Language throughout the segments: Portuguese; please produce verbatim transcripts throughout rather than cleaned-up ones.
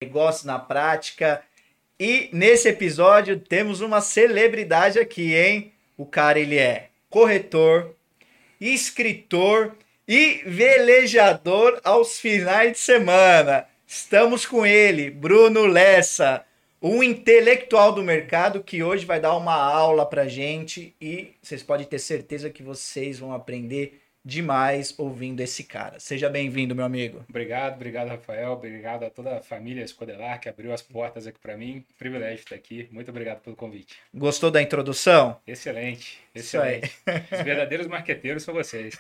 Negócio na prática. E nesse episódio temos uma celebridade aqui, hein? O cara, ele é corretor, escritor e velejador aos finais de semana. Estamos com ele, Bruno Lessa, um intelectual do mercado que hoje vai dar uma aula pra gente e vocês podem ter certeza que vocês vão aprender demais ouvindo esse cara. Seja bem-vindo, meu amigo. Obrigado, obrigado, Rafael. Obrigado a toda a família Escodelar que abriu as portas aqui para mim. Privilégio estar aqui. Muito obrigado pelo convite. Gostou da introdução? Excelente, Isso aí. excelente. Os verdadeiros marqueteiros são vocês.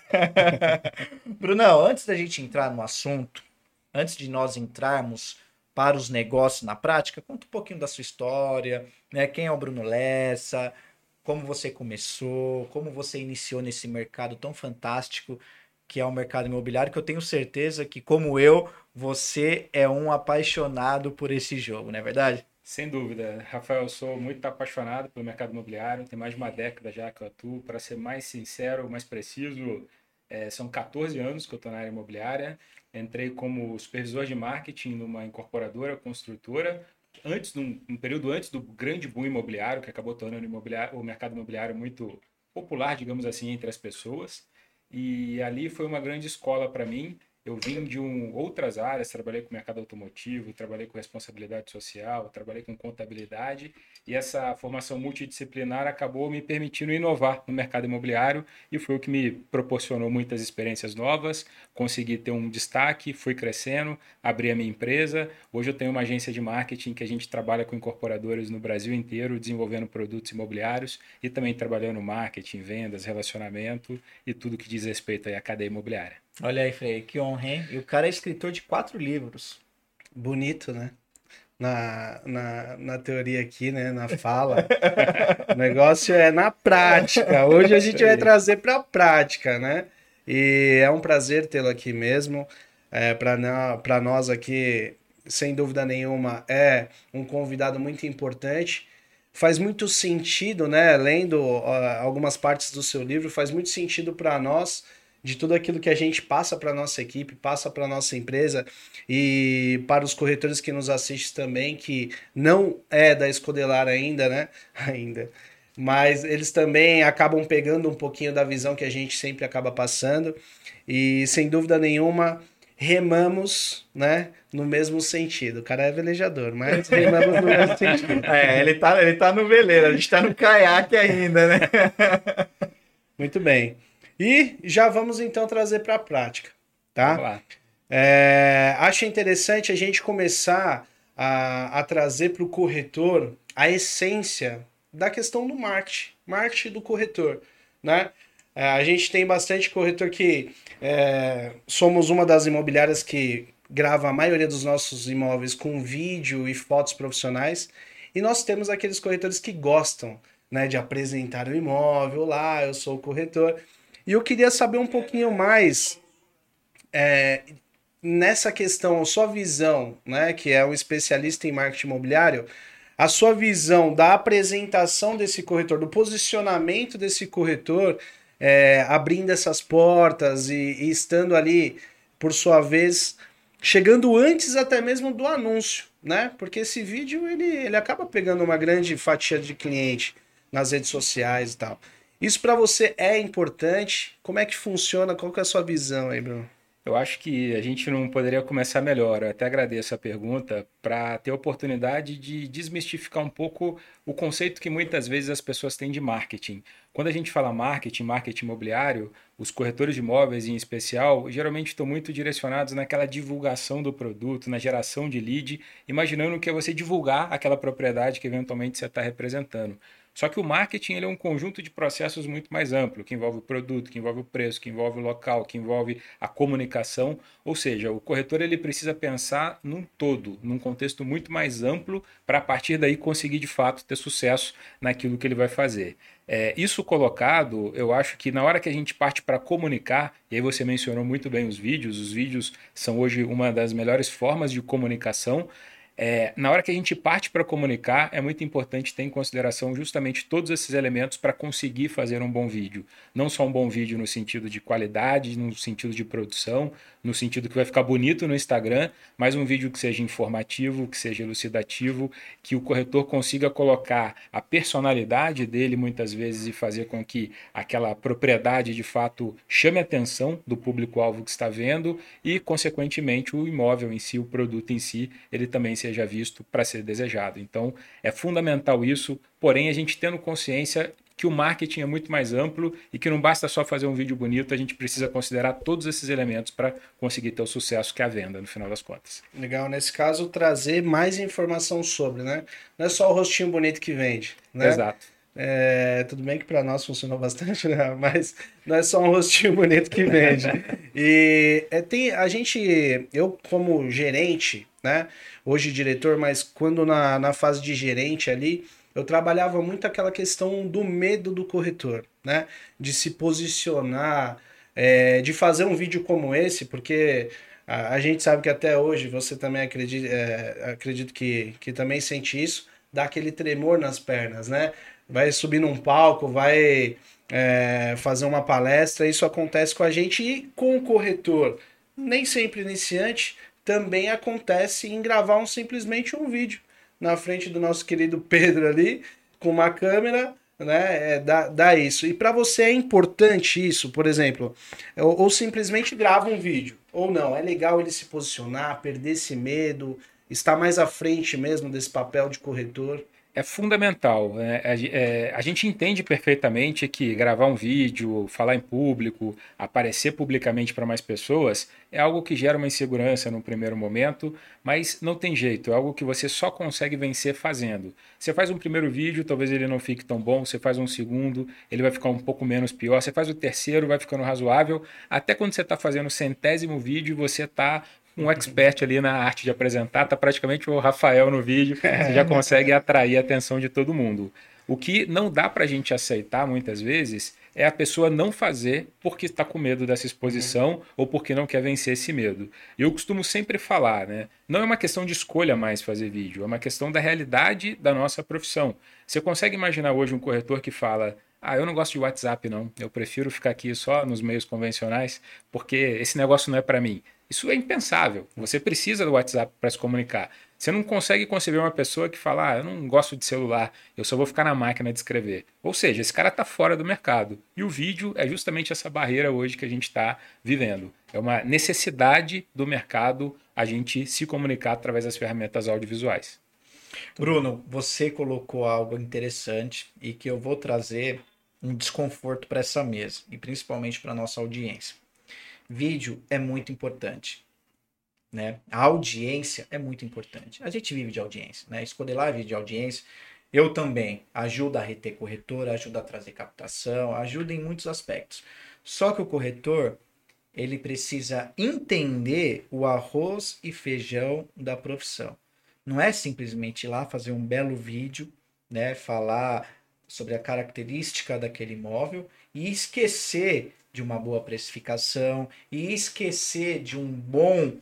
Brunão, antes da gente entrar no assunto, antes de nós entrarmos para os negócios na prática, conta um pouquinho da sua história, né? Quem é o Bruno Lessa, como você começou, como você iniciou nesse mercado tão fantástico que é o mercado imobiliário, que eu tenho certeza que, como eu, você é um apaixonado por esse jogo, não é verdade? Sem dúvida, Rafael, eu sou muito apaixonado pelo mercado imobiliário. Tem mais de uma década já que eu atuo. Para ser mais sincero, mais preciso, é, são quatorze anos que eu estou na área imobiliária. Entrei como supervisor de marketing numa incorporadora, construtora, antes, num, um período antes do grande boom imobiliário, que acabou tornando o, imobiliário, o mercado imobiliário muito popular, digamos assim, entre as pessoas. E ali foi uma grande escola para mim. Eu vim de um, outras áreas, trabalhei com mercado automotivo, trabalhei com responsabilidade social, trabalhei com contabilidade, e essa formação multidisciplinar acabou me permitindo inovar no mercado imobiliário e foi o que me proporcionou muitas experiências novas, consegui ter um destaque, fui crescendo, abri a minha empresa. Hoje eu tenho uma agência de marketing que a gente trabalha com incorporadores no Brasil inteiro, desenvolvendo produtos imobiliários e também trabalhando marketing, vendas, relacionamento e tudo que diz respeito aí à cadeia imobiliária. Olha aí, Frei, que honra, hein? E o cara é escritor de quatro livros. Bonito, né? Na, na, na teoria aqui, né? Na fala. O negócio é na prática. Hoje a gente vai trazer para a prática, né? E é um prazer tê-lo aqui mesmo. É, para nós aqui, sem dúvida nenhuma, é um convidado muito importante. Faz muito sentido, né? Lendo uh, algumas partes do seu livro, faz muito sentido para nós, de tudo aquilo que a gente passa para a nossa equipe, passa para a nossa empresa e para os corretores que nos assistem também, que não é da Escodelar ainda, né? Ainda. Mas eles também acabam pegando um pouquinho da visão que a gente sempre acaba passando e, sem dúvida nenhuma, remamos, né, no mesmo sentido. O cara é velejador, mas remamos no mesmo sentido. É, ele tá, ele tá no veleiro, a gente tá no caiaque ainda, né? Muito bem. E já vamos então trazer para a prática, tá? Vamos lá. É, acho interessante a gente começar a, a trazer para o corretor a essência da questão do marketing, marketing do corretor, né? É, a gente tem bastante corretor que é, somos uma das imobiliárias que grava a maioria dos nossos imóveis com vídeo e fotos profissionais, e nós temos aqueles corretores que gostam, né, de apresentar o imóvel. Lá, eu sou o corretor. E eu queria saber um pouquinho mais é, nessa questão, a sua visão, né, que é um especialista em marketing imobiliário, a sua visão da apresentação desse corretor, do posicionamento desse corretor, é, abrindo essas portas e, e estando ali, por sua vez, chegando antes até mesmo do anúncio, né? Porque esse vídeo ele, ele acaba pegando uma grande fatia de cliente nas redes sociais e tal. Isso para você é importante? Como é que funciona? Qual que é a sua visão aí, Bruno? Eu acho que a gente não poderia começar melhor. Eu até agradeço a pergunta para ter a oportunidade de desmistificar um pouco o conceito que muitas vezes as pessoas têm de marketing. Quando a gente fala marketing, marketing imobiliário, os corretores de imóveis em especial, geralmente estão muito direcionados naquela divulgação do produto, na geração de lead, imaginando que é você divulgar aquela propriedade que eventualmente você está representando. Só que o marketing ele é um conjunto de processos muito mais amplo, que envolve o produto, que envolve o preço, que envolve o local, que envolve a comunicação. Ou seja, o corretor ele precisa pensar num todo, num contexto muito mais amplo, para a partir daí conseguir de fato ter sucesso naquilo que ele vai fazer. É, isso colocado, eu acho que na hora que a gente parte para comunicar, e aí você mencionou muito bem os vídeos, os vídeos são hoje uma das melhores formas de comunicação. É, na hora que a gente parte para comunicar, é muito importante ter em consideração justamente todos esses elementos para conseguir fazer um bom vídeo. Não só um bom vídeo no sentido de qualidade, no sentido de produção, no sentido que vai ficar bonito no Instagram, mas um vídeo que seja informativo, que seja elucidativo, que o corretor consiga colocar a personalidade dele muitas vezes e fazer com que aquela propriedade de fato chame a atenção do público-alvo que está vendo e, consequentemente, o imóvel em si, o produto em si, ele também seja visto para ser desejado. Então, é fundamental isso, porém, a gente tendo consciência que o marketing é muito mais amplo e que não basta só fazer um vídeo bonito, a gente precisa considerar todos esses elementos para conseguir ter o sucesso que é a venda, no final das contas. Legal, nesse caso, trazer mais informação sobre, né? Não é só o rostinho bonito que vende, né? Exato. É, tudo bem que para nós funcionou bastante, né? Mas não é só um rostinho bonito que vende. E é, tem, a gente, eu como gerente, né? Hoje diretor, mas quando na, na fase de gerente ali, eu trabalhava muito aquela questão do medo do corretor, né? De se posicionar, é, de fazer um vídeo como esse, porque a, a gente sabe que até hoje, você também acredita, é, acredito que, que também sente isso, dá aquele tremor nas pernas, né? Vai subir num palco, vai é, fazer uma palestra, isso acontece com a gente e com o corretor. Nem sempre iniciante, também acontece em gravar um, simplesmente um vídeo na frente do nosso querido Pedro ali, com uma câmera, né? É, dá, dá isso. E para você é importante isso, por exemplo, ou, ou simplesmente grava um vídeo, ou não, é legal ele se posicionar, perder esse medo, estar mais à frente mesmo desse papel de corretor. É fundamental. Né? É, a gente entende perfeitamente que gravar um vídeo, falar em público, aparecer publicamente para mais pessoas é algo que gera uma insegurança no primeiro momento, mas não tem jeito, é algo que você só consegue vencer fazendo. Você faz um primeiro vídeo, talvez ele não fique tão bom, você faz um segundo, ele vai ficar um pouco menos pior, você faz o terceiro, vai ficando razoável, até quando você está fazendo o centésimo vídeo, você está um expert ali na arte de apresentar, tá praticamente o Rafael no vídeo, você já consegue atrair a atenção de todo mundo. O que não dá pra gente aceitar muitas vezes é a pessoa não fazer porque está com medo dessa exposição uhum. ou porque não quer vencer esse medo. E eu costumo sempre falar, né? Não é uma questão de escolha mais fazer vídeo, é uma questão da realidade da nossa profissão. Você consegue imaginar hoje um corretor que fala: ah, eu não gosto de WhatsApp não, eu prefiro ficar aqui só nos meios convencionais porque esse negócio não é para mim. Isso é impensável. Você precisa do WhatsApp para se comunicar. Você não consegue conceber uma pessoa que fala: ah, eu não gosto de celular, eu só vou ficar na máquina de escrever. Ou seja, esse cara está fora do mercado. E o vídeo é justamente essa barreira hoje que a gente está vivendo. É uma necessidade do mercado a gente se comunicar através das ferramentas audiovisuais. Bruno, você colocou algo interessante e que eu vou trazer um desconforto para essa mesa e principalmente para a nossa audiência. Vídeo é muito importante, né? A audiência é muito importante. A gente vive de audiência, né? Escolher lá vive de audiência. Eu também ajuda a reter corretor, ajuda a trazer captação, ajuda em muitos aspectos. Só que o corretor, ele precisa entender o arroz e feijão da profissão. Não é simplesmente ir lá fazer um belo vídeo, né? Falar sobre a característica daquele imóvel e esquecer de uma boa precificação e esquecer de um bom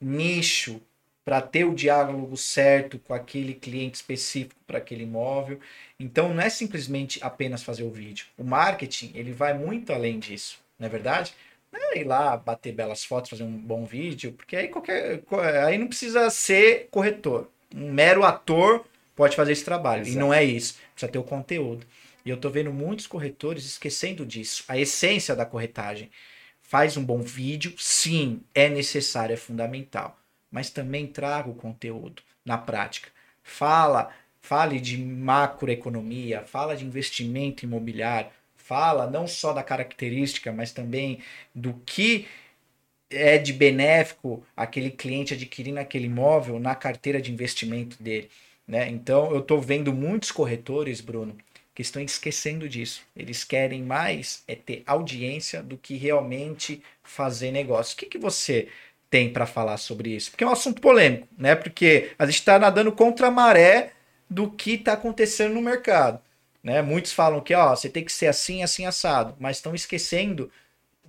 nicho para ter o diálogo certo com aquele cliente específico para aquele imóvel. Então não é simplesmente apenas fazer o vídeo. O marketing, ele vai muito além disso, não é verdade? Não é ir lá bater belas fotos, fazer um bom vídeo, porque aí qualquer aí não precisa ser corretor. Um mero ator pode fazer esse trabalho. Exato. E não é isso. Precisa ter o conteúdo. E eu tô vendo muitos corretores esquecendo disso. A essência da corretagem. Faz um bom vídeo, sim, é necessário, é fundamental. Mas também traga o conteúdo na prática. Fala, fale de macroeconomia, fala de investimento imobiliário, fala não só da característica, mas também do que é de benéfico aquele cliente adquirindo aquele imóvel na carteira de investimento dele, né? Então, eu tô vendo muitos corretores, Bruno, que estão esquecendo disso. Eles querem mais é ter audiência do que realmente fazer negócio. O que, que você tem para falar sobre isso? Porque é um assunto polêmico, né? Porque a gente está nadando contra a maré do que está acontecendo no mercado, né? Muitos falam que ó, você tem que ser assim, assim, assado, mas estão esquecendo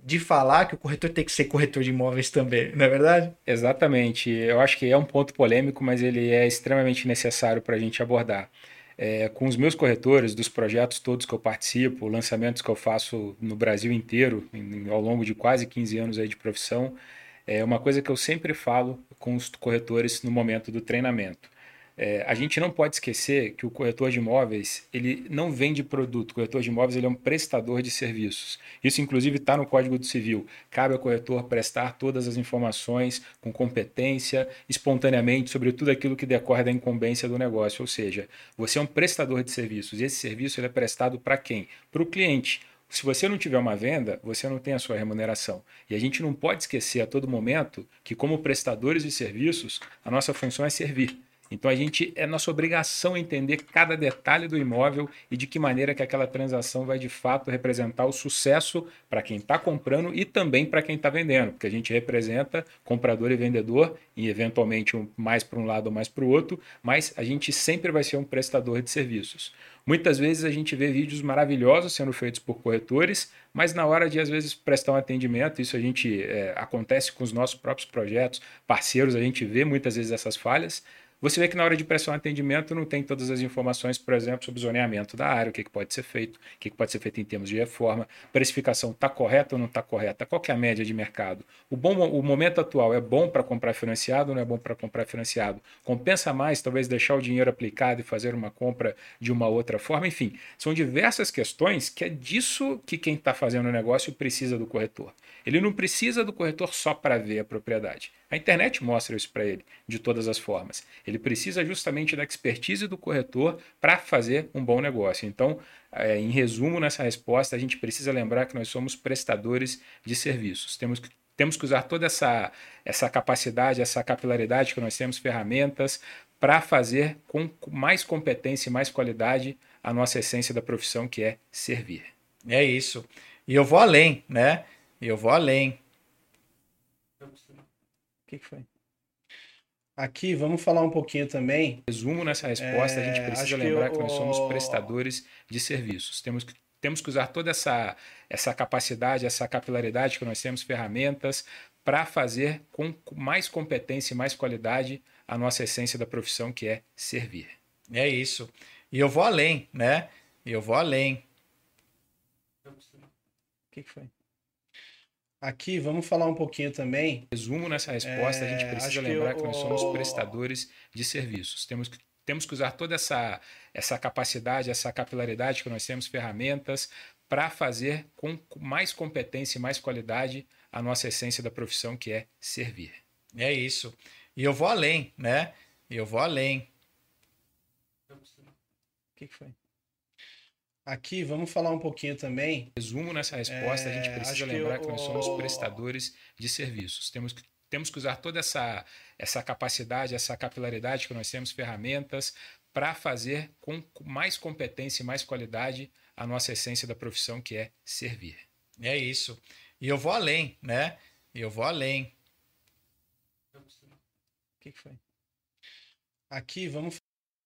de falar que o corretor tem que ser corretor de imóveis também, não é verdade? Exatamente. Eu acho que é um ponto polêmico, mas ele é extremamente necessário para a gente abordar. É, com os meus corretores, dos projetos todos que eu participo, lançamentos que eu faço no Brasil inteiro, em, ao longo de quase quinze anos aí de profissão, é uma coisa que eu sempre falo com os corretores no momento do treinamento. É, a gente não pode esquecer que o corretor de imóveis ele não vende produto. O corretor de imóveis ele é um prestador de serviços. Isso, inclusive, está no Código do Civil. Cabe ao corretor prestar todas as informações com competência, espontaneamente, sobre tudo aquilo que decorre da incumbência do negócio. Ou seja, você é um prestador de serviços e esse serviço ele é prestado para quem? Para o cliente. Se você não tiver uma venda, você não tem a sua remuneração. E a gente não pode esquecer a todo momento que, como prestadores de serviços, a nossa função é servir. Então a gente é nossa obrigação entender cada detalhe do imóvel e de que maneira que aquela transação vai de fato representar o sucesso para quem está comprando e também para quem está vendendo, porque a gente representa comprador e vendedor e eventualmente um, mais para um lado ou mais para o outro, mas a gente sempre vai ser um prestador de serviços. Muitas vezes a gente vê vídeos maravilhosos sendo feitos por corretores, mas na hora de às vezes prestar um atendimento, isso a gente é, acontece com os nossos próprios projetos, parceiros, a gente vê muitas vezes essas falhas. Você vê que na hora de prestar um atendimento não tem todas as informações, por exemplo, sobre o zoneamento da área, o que, que pode ser feito, o que, que pode ser feito em termos de reforma, precificação está correta ou não está correta, qual que é a média de mercado. O, bom, o momento atual é bom para comprar financiado ou não é bom para comprar financiado? Compensa mais talvez deixar o dinheiro aplicado e fazer uma compra de uma outra forma? Enfim, são diversas questões que é disso que quem está fazendo o negócio precisa do corretor. Ele não precisa do corretor só para ver a propriedade. A internet mostra isso para ele, de todas as formas. Ele precisa justamente da expertise do corretor para fazer um bom negócio. Então, é, em resumo, nessa resposta, a gente precisa lembrar que nós somos prestadores de serviços. Temos que, temos que usar toda essa, essa capacidade, essa capilaridade que nós temos, ferramentas, para fazer com mais competência e mais qualidade a nossa essência da profissão, que é servir. É isso. E eu vou além, né? Eu vou além. O que, que foi? Aqui, vamos falar um pouquinho também. Resumo nessa resposta, é, a gente precisa lembrar que, que nós somos prestadores de serviços. Temos que, temos que usar toda essa, essa capacidade, essa capilaridade que nós temos, ferramentas, para fazer com mais competência e mais qualidade a nossa essência da profissão, que é servir. É isso. E eu vou além, né? Eu vou além. O que, que foi? Aqui, vamos falar um pouquinho também. Resumo nessa resposta, é, a gente precisa lembrar que, eu... que nós somos prestadores de serviços. Temos que, temos que usar toda essa, essa capacidade, essa capilaridade que nós temos, ferramentas, para fazer com mais competência e mais qualidade a nossa essência da profissão, que é servir. É isso. E eu vou além, né? Eu vou além. O que, que foi? Aqui, vamos falar um pouquinho também. Resumo nessa resposta, é, a gente precisa lembrar que, eu... que nós somos prestadores de serviços. Temos que, temos que usar toda essa, essa capacidade, essa capilaridade que nós temos, ferramentas, para fazer com mais competência e mais qualidade a nossa essência da profissão, que é servir. É isso. E eu vou além, né? Eu vou além. O que, que foi? Aqui, vamos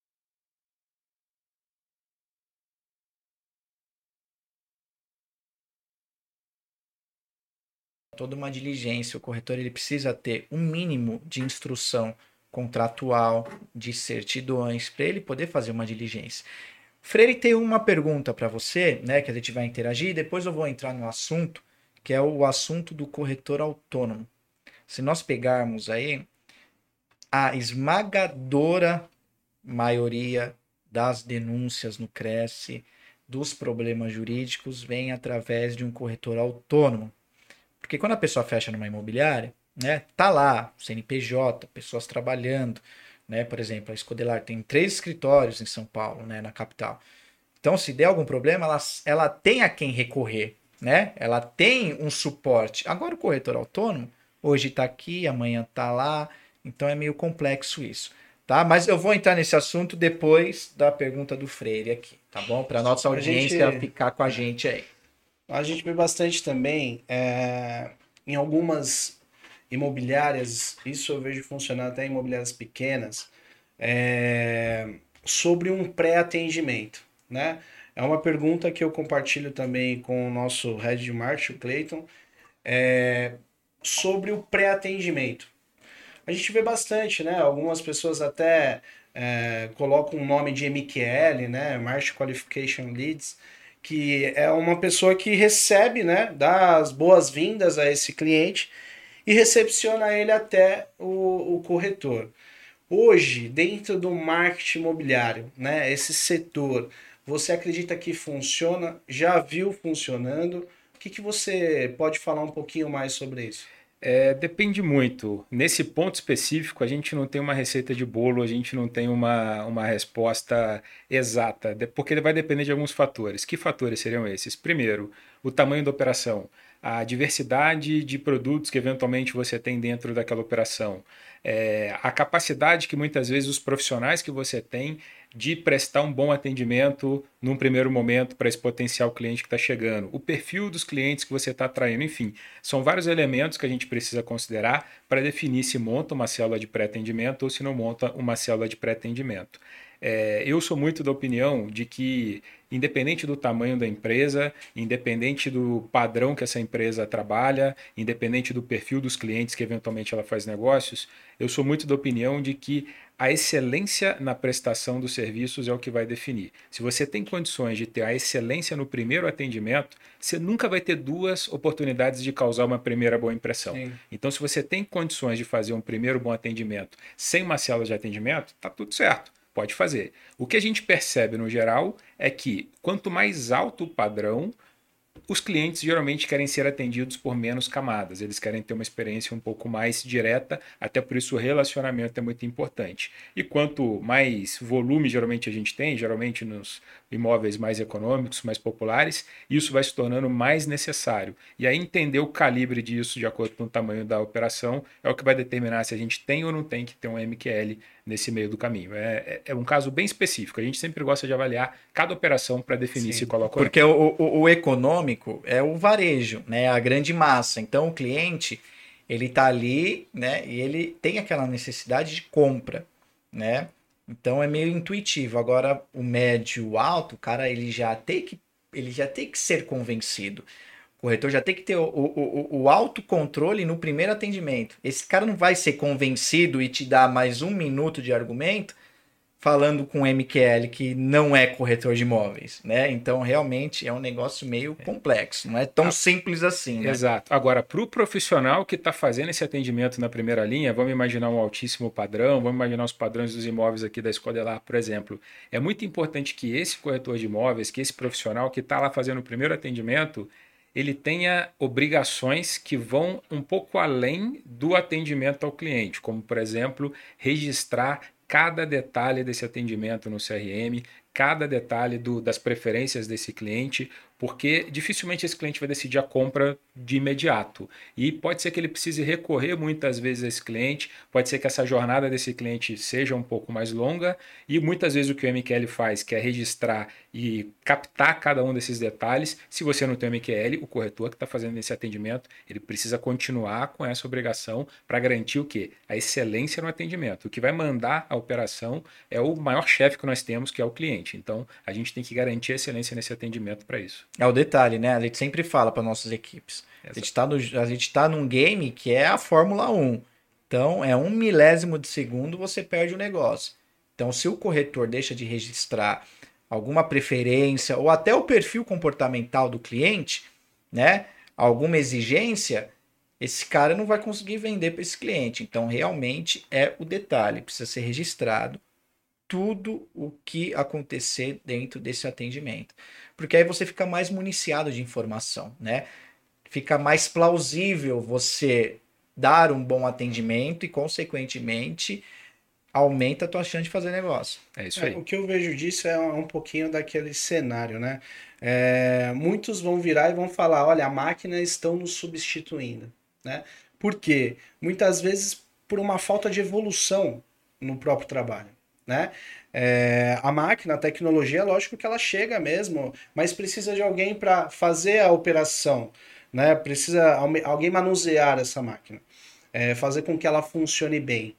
toda uma diligência, o corretor ele precisa ter um mínimo de instrução contratual, de certidões, para ele poder fazer uma diligência. Freire tem uma pergunta para você, né, que a gente vai interagir, e depois eu vou entrar no assunto, que é o assunto do corretor autônomo. Se nós pegarmos aí, a esmagadora maioria das denúncias no Cresce, dos problemas jurídicos, vem através de um corretor autônomo. Porque quando a pessoa fecha numa imobiliária, né, tá lá, C N P J, pessoas trabalhando, né, por exemplo, a Escodelar tem três escritórios em São Paulo, né, na capital. Então, se der algum problema, ela, ela tem a quem recorrer, né? Ela tem um suporte. Agora, o corretor autônomo, hoje está aqui, amanhã está lá, então é meio complexo isso, tá? Mas eu vou entrar nesse assunto depois da pergunta do Freire aqui, tá bom? Para nossa audiência gente... ficar com a gente aí. A gente vê bastante também é, em algumas imobiliárias, isso eu vejo funcionar até em imobiliárias pequenas, é, sobre um pré-atendimento, né? É uma pergunta que eu compartilho também com o nosso head de marketing, o Clayton. é, sobre o pré-atendimento. A gente vê bastante, né? Algumas pessoas até é, colocam o nome de M Q L, né? Market Qualification Leads, que é uma pessoa que recebe, né? Dá as boas-vindas a esse cliente e recepciona ele até o, o corretor. Hoje, dentro do marketing imobiliário, né? Esse setor, você acredita que funciona? Já viu funcionando? O que, que você pode falar um pouquinho mais sobre isso? É, depende muito. Nesse ponto específico, a gente não tem uma receita de bolo, a gente não tem uma, uma resposta exata, de- porque vai depender de alguns fatores. Que fatores seriam esses? Primeiro, o tamanho da operação, a diversidade de produtos que eventualmente você tem dentro daquela operação, é, a capacidade que muitas vezes os profissionais que você tem de prestar um bom atendimento num primeiro momento para esse potencial cliente que está chegando, o perfil dos clientes que você está atraindo, enfim, são vários elementos que a gente precisa considerar para definir se monta uma célula de pré-atendimento ou se não monta uma célula de pré-atendimento. É, eu sou muito da opinião de que, independente do tamanho da empresa, independente do padrão que essa empresa trabalha, independente do perfil dos clientes que eventualmente ela faz negócios, eu sou muito da opinião de que a excelência na prestação dos serviços é o que vai definir. Se você tem condições de ter a excelência no primeiro atendimento, você nunca vai ter duas oportunidades de causar uma primeira boa impressão. Sim. Então, se você tem condições de fazer um primeiro bom atendimento sem uma célula de atendimento, tá tudo certo. Pode fazer. O que a gente percebe no geral é que quanto mais alto o padrão, os clientes geralmente querem ser atendidos por menos camadas, eles querem ter uma experiência um pouco mais direta, até por isso o relacionamento é muito importante. E quanto mais volume geralmente a gente tem, geralmente nos imóveis mais econômicos, mais populares, isso vai se tornando mais necessário. E aí entender o calibre disso de acordo com o tamanho da operação é o que vai determinar se a gente tem ou não tem que ter um M Q L nesse meio do caminho. É, é um caso bem específico, a gente sempre gosta de avaliar cada operação para definir Sim. se coloca ou não. Porque o, o, o econômico é o varejo, né? A grande massa. Então o cliente, ele tá ali, né? E ele tem aquela necessidade de compra, né? Então é meio intuitivo. Agora o médio, o alto, o cara, ele já tem que, ele já tem que ser convencido. O corretor já tem que ter o, o, o, o autocontrole no primeiro atendimento. Esse cara não vai ser convencido e te dar mais um minuto de argumento falando com M Q L que não é corretor de imóveis, né? Então realmente é um negócio meio complexo, não é tão Ah, simples assim, né? Exato. Agora, para o profissional que está fazendo esse atendimento na primeira linha, vamos imaginar um altíssimo padrão, vamos imaginar os padrões dos imóveis aqui da Escodelar, por exemplo. É muito importante que esse corretor de imóveis, que esse profissional que está lá fazendo o primeiro atendimento, ele tenha obrigações que vão um pouco além do atendimento ao cliente, como, por exemplo, registrar cada detalhe desse atendimento no C R M, cada detalhe do, das preferências desse cliente, porque dificilmente esse cliente vai decidir a compra de imediato. E pode ser que ele precise recorrer muitas vezes a esse cliente, pode ser que essa jornada desse cliente seja um pouco mais longa, e muitas vezes o que o M Q L faz, que é registrar e captar cada um desses detalhes. Se você não tem o M Q L, o corretor que está fazendo esse atendimento, ele precisa continuar com essa obrigação para garantir o quê? A excelência no atendimento. O que vai mandar a operação é o maior chefe que nós temos, que é o cliente. Então, a gente tem que garantir a excelência nesse atendimento para isso. É o detalhe, né? A gente sempre fala para nossas equipes. A gente, tá no, a gente tá num game que é a Fórmula um. Então, é um milésimo de segundo você perde o negócio. Então, se o corretor deixa de registrar alguma preferência ou até o perfil comportamental do cliente, né? Alguma exigência, esse cara não vai conseguir vender para esse cliente. Então, realmente é o detalhe, precisa ser registrado tudo o que acontecer dentro desse atendimento. Porque aí você fica mais municiado de informação, né? Fica mais plausível você dar um bom atendimento e, consequentemente, aumenta a tua chance de fazer negócio. É isso É, aí. o que eu vejo disso é um pouquinho daquele cenário, né? É, muitos vão virar e vão falar, olha, a máquina estão nos substituindo, né? Por quê? Muitas vezes por uma falta de evolução no próprio trabalho, né? É, a máquina, a tecnologia, lógico que ela chega mesmo, mas precisa de alguém para fazer a operação, né? Precisa alme- alguém manusear essa máquina, é, fazer com que ela funcione bem.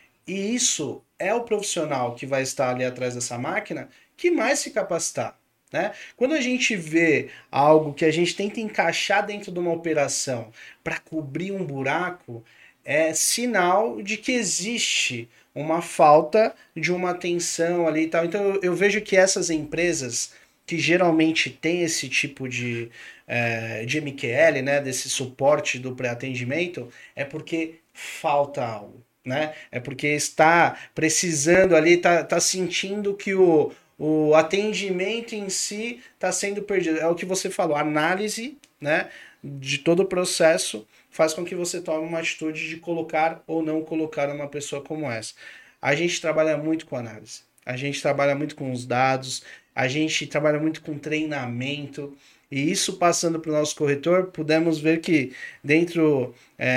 E isso é o profissional que vai estar ali atrás dessa máquina que mais se capacitar, Né? Quando a gente vê algo que a gente tenta encaixar dentro de uma operação para cobrir um buraco, é sinal de que existe uma falta de uma atenção ali e tal. Então eu, eu vejo que essas empresas que geralmente têm esse tipo de, é, de M Q L, né, desse suporte do pré-atendimento, é porque falta algo. Né? É porque está precisando ali, está tá sentindo que o, o atendimento em si está sendo perdido. É o que você falou, a análise, né, de todo o processo faz com que você tome uma atitude de colocar ou não colocar uma pessoa como essa. A gente trabalha muito com análise, a gente trabalha muito com os dados, a gente trabalha muito com treinamento, e isso passando para o nosso corretor, pudemos ver que dentro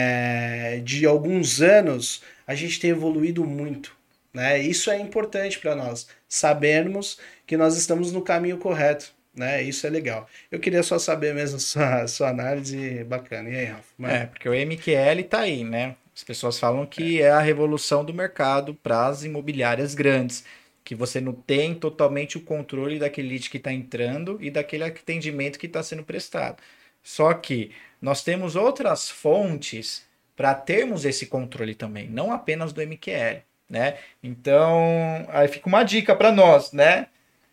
é, de alguns anos a gente tem evoluído muito. Né? Isso é importante para nós, sabermos que nós estamos no caminho correto. Né? Isso é legal. Eu queria só saber mesmo sua, sua análise bacana. E aí, Rafa? Mano? É, porque o M Q L tá aí, né? As pessoas falam que é, é a revolução do mercado para as imobiliárias grandes, que você não tem totalmente o controle daquele lead que está entrando e daquele atendimento que está sendo prestado. Só que nós temos outras fontes para termos esse controle também, não apenas do M Q L, né? Então, aí fica uma dica para nós, né?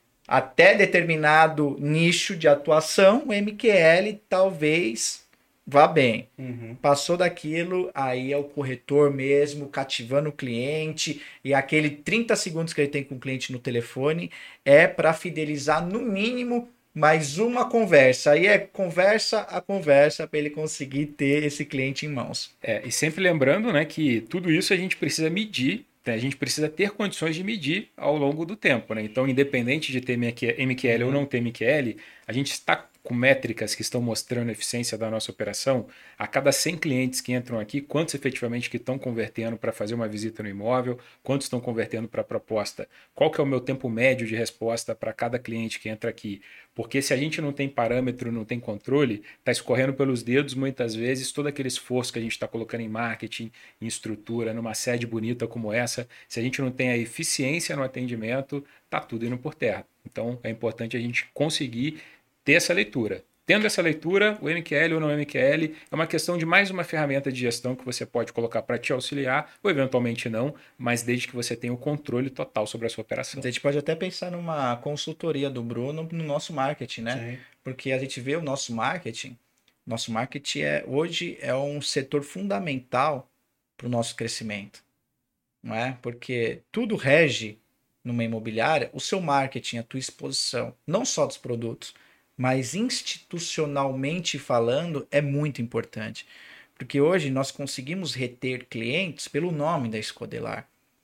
Até determinado nicho de atuação, o M Q L talvez vá bem. Uhum. Passou daquilo, aí é o corretor mesmo, cativando o cliente, e aquele trinta segundos que ele tem com o cliente no telefone é para fidelizar no mínimo mais uma conversa. Aí é conversa a conversa para ele conseguir ter esse cliente em mãos. É, e sempre lembrando, né, que tudo isso a gente precisa medir, né, a gente precisa ter condições de medir ao longo do tempo. Né? Então, independente de ter M Q L uhum. ou não ter M Q L, a gente está com métricas que estão mostrando a eficiência da nossa operação. A cada cem clientes que entram aqui, quantos efetivamente que estão convertendo para fazer uma visita no imóvel, quantos estão convertendo para a proposta, qual que é o meu tempo médio de resposta para cada cliente que entra aqui. Porque se a gente não tem parâmetro, não tem controle, está escorrendo pelos dedos muitas vezes todo aquele esforço que a gente está colocando em marketing, em estrutura, numa sede bonita como essa. Se a gente não tem a eficiência no atendimento, está tudo indo por terra. Então é importante a gente conseguir ter essa leitura. Tendo essa leitura, o M Q L ou não M Q L é uma questão de mais uma ferramenta de gestão que você pode colocar para te auxiliar, ou eventualmente não, mas desde que você tenha o controle total sobre a sua operação. A gente pode até pensar numa consultoria do Bruno no nosso marketing, né? Sim. Porque a gente vê o nosso marketing, nosso marketing é, hoje é um setor fundamental para o nosso crescimento, não é? Porque tudo rege numa imobiliária o seu marketing, a tua exposição, não só dos produtos, mas institucionalmente falando, é muito importante. Porque hoje nós conseguimos reter clientes pelo nome da Escodelar.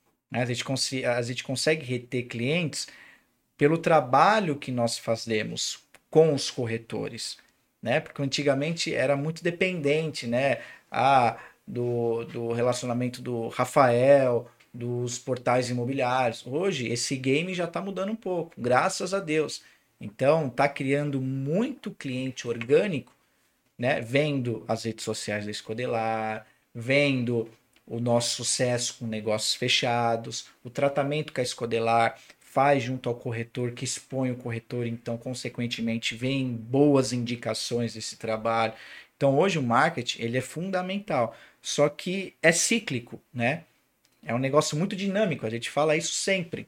A gente, cons- a gente consegue reter clientes pelo trabalho que nós fazemos com os corretores. Né? Porque antigamente era muito dependente, né? Ah, do, do relacionamento do Rafael, dos portais imobiliários. Hoje, esse game já está mudando um pouco, graças a Deus. Então, está criando muito cliente orgânico, né? Vendo as redes sociais da Escodelar, vendo o nosso sucesso com negócios fechados, o tratamento que a Escodelar faz junto ao corretor, que expõe o corretor, então, consequentemente, vem boas indicações desse trabalho. Então, hoje o marketing ele é fundamental, só que é cíclico, né? É um negócio muito dinâmico, a gente fala isso sempre.